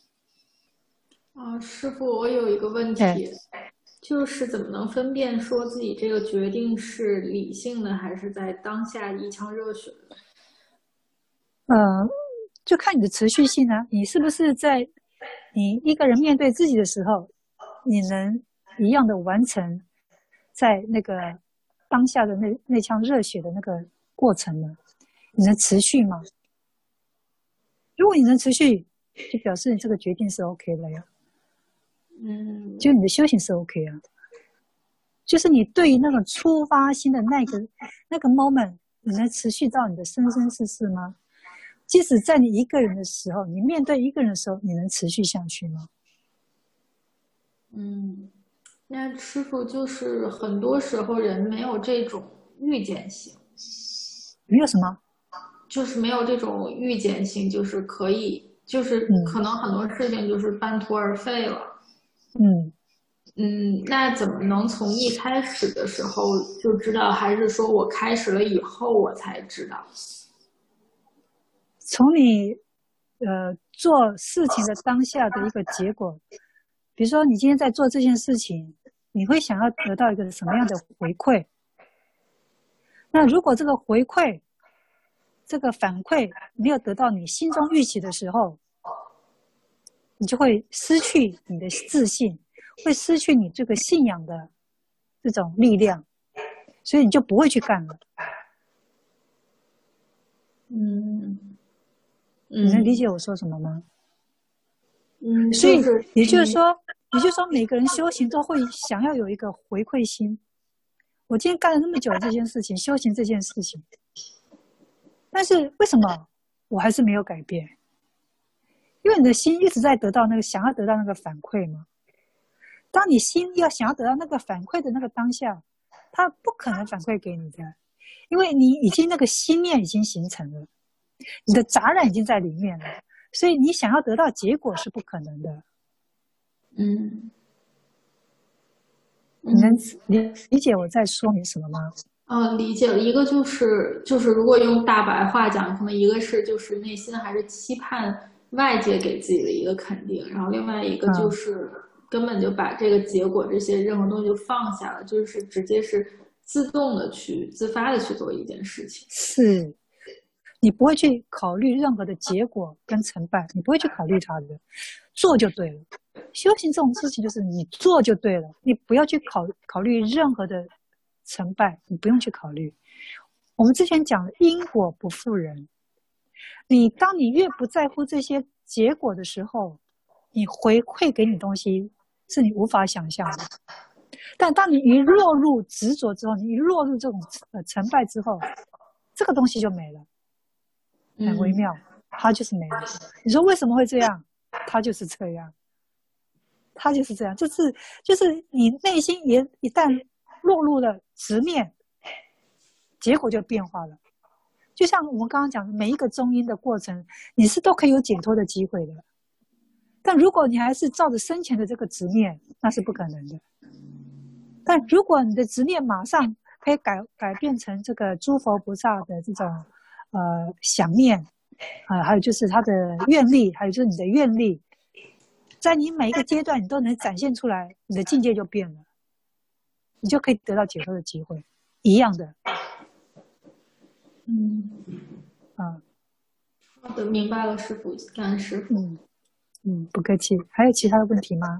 S4: 师父，我有一个问题，就是怎么能分辨说自己这个决定是理性的，还是在当下一腔热血的？
S1: 就看你的持续性啊，你是不是在你一个人面对自己的时候，你能一样的完成在那个当下的那腔热血的那个过程呢？你能持续吗？如果你能持续，就表示你这个决定是 OK 了呀。就你的修行是 OK 啊。就是你对于那种出发心的那个 moment， 你能持续到你的生生世世吗？即使在你一个人的时候，你面对一个人的时候，你能持续下去吗？
S4: 那师父，就是很多时候人没有这种预见性。
S1: 没有什么？
S4: 就是没有这种预见性，就是可以，就是可能很多事情就是半途而废了。那怎么能从一开始的时候就知道，还是说我开始了以后我才知道？
S1: 从你做事情的当下的一个结果，比如说你今天在做这件事情，你会想要得到一个什么样的回馈？那如果这个回馈这个反馈没有得到你心中预期的时候，你就会失去你的自信，会失去你这个信仰的这种力量，所以你就不会去干了。
S4: 你
S1: 能理解我说什么吗？ 所以也就是说每个人修行都会想要有一个回馈心。我今天干了那么久这件事情，修行这件事情，但是为什么我还是没有改变？因为你的心一直在得到那个想要得到那个反馈嘛。当你心想要得到那个反馈的那个当下，它不可能反馈给你的，因为你已经那个心念已经形成了，你的杂染已经在里面了，所以你想要得到结果是不可能的。你能理解我在说明什么吗？
S4: 理解了。一个就是如果用大白话讲，可能一个是就是内心还是期盼外界给自己的一个肯定，然后另外一个就是根本就把这个结果这些任何东西就放下了，就是直接是自动的去自发的去做一件事情。
S1: 是你不会去考虑任何的结果跟成败，你不会去考虑它的，做就对了。修行这种事情就是你做就对了，你不要去考虑任何的成败，你不用去考虑。我们之前讲的因果不负人，当你越不在乎这些结果的时候，你回馈给你东西是你无法想象的。但当你一落入执着之后，你一落入这种成败之后，这个东西就没了，很微妙，它就是没了。你说为什么会这样？它就是这样。它就是这样，就是你内心一旦落入了执念，结果就变化了。就像我们刚刚讲的，每一个中阴的过程，你是都可以有解脱的机会的。但如果你还是照着生前的这个执念，那是不可能的。但如果你的执念马上可以改变成这个诸佛菩萨的这种想念，还有就是他的愿力，还有就是你的愿力。在你每一个阶段你都能展现出来，你的境界就变了，你就可以得到解脱的机会，一样的。
S4: 好的，明白了，师父，感恩师父。
S1: 不客气。还有其他的问题吗？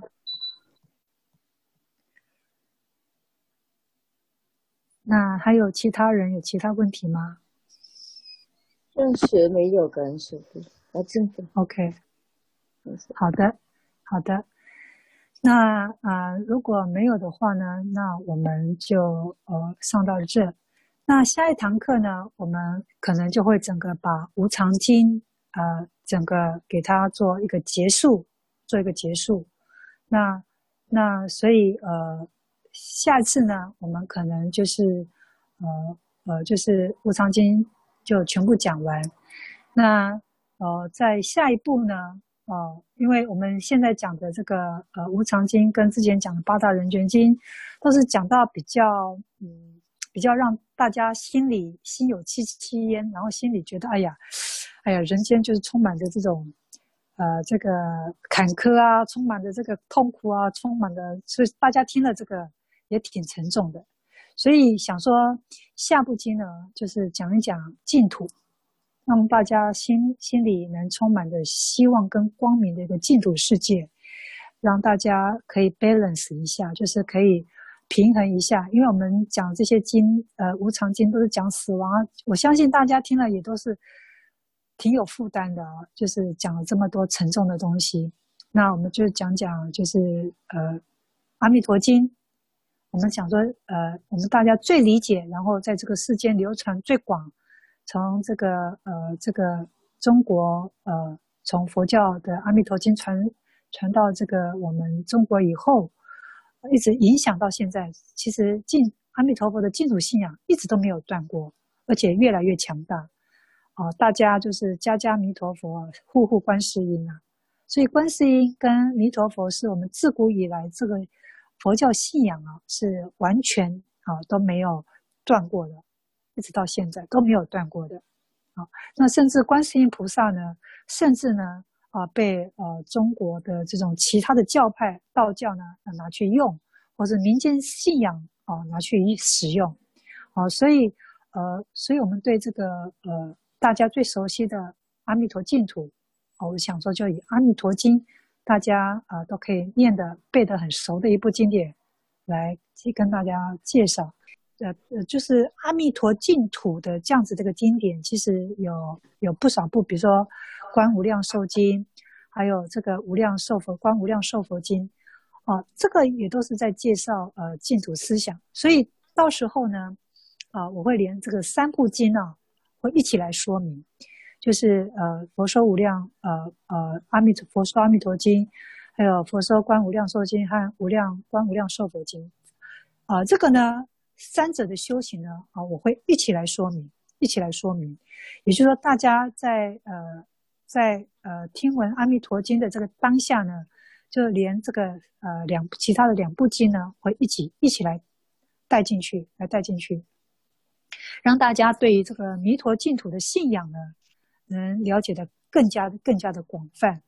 S1: 那还有其他人有其他问题吗？
S2: 暂时没有，感恩师父。
S1: OK， 好的。那如果没有的话呢，那我们就上到这。那下一堂课呢，我们可能就会整个把无常经整个给它做一个结束。那所以下次呢，我们可能就是就是无常经就全部讲完。那在下一步呢，因为我们现在讲的这个无常经跟之前讲的八大人觉经，都是讲到比较让大家心有戚戚焉，然后心里觉得哎呀，人间就是充满着这种这个坎坷啊，充满着这个痛苦啊，充满着，所以大家听了这个也挺沉重的。所以想说下部经呢，就是讲一讲净土，让大家心里能充满着希望跟光明的一个净土世界，让大家可以 balance 一下，就是可以平衡一下。因为我们讲这些经无常经都是讲死亡，我相信大家听了也都是挺有负担的就是讲了这么多沉重的东西。那我们就讲就是阿弥陀经，我们讲说我们大家最理解，然后在这个世间流传最广，从这个中国从佛教的阿弥陀经传到这个我们中国以后，一直影响到现在。其实阿弥陀佛的净土信仰一直都没有断过，而且越来越强大。大家就是家家弥陀佛，户户观世音啊。所以观世音跟弥陀佛是我们自古以来这个佛教信仰是完全都没有断过的，一直到现在都没有断过的。那甚至观世音菩萨呢，甚至呢被中国的这种其他的教派道教呢拿去用，或者民间信仰拿去使用。所以我们对这个大家最熟悉的阿弥陀净土，我想说就以阿弥陀经，大家都可以念得背得很熟的一部经典来跟大家介绍。就是阿弥陀净土的这样子这个经典，其实有不少部，比如说观无量寿经， 还有这个无量寿佛观无量寿佛经这个也都是在介绍净土思想。所以到时候呢我会连这个三部经会一起来说明，就是佛说无量佛说阿弥陀经，还有佛说观无量寿经和观无量寿佛经这个呢三者的修行呢我会一起来说明。也就是说大家在听闻阿弥陀经的这个当下呢，就连这个其他的两部经呢会一起来带进去，让大家对于这个弥陀净土的信仰呢能了解的更加的广泛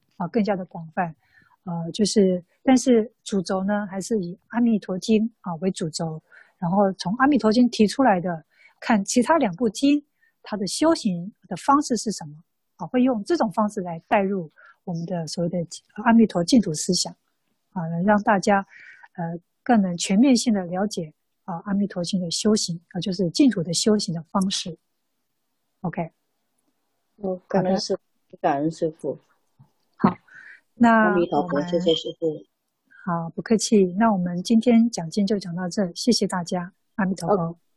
S1: 但是主轴呢还是以阿弥陀经为主轴，然后从阿弥陀经提出来的看其他两部经它的修行的方式是什么会用这种方式来带入我们的所谓的阿弥陀净土思想让大家更能全面性的了解阿弥陀经的修行就是净土的修行的方式。 OK，
S2: 感恩师父。
S1: 好，那
S2: 阿弥陀佛，谢谢师父。
S1: 好，不客气。那我们今天讲经就讲到这，谢谢大家，阿弥陀佛。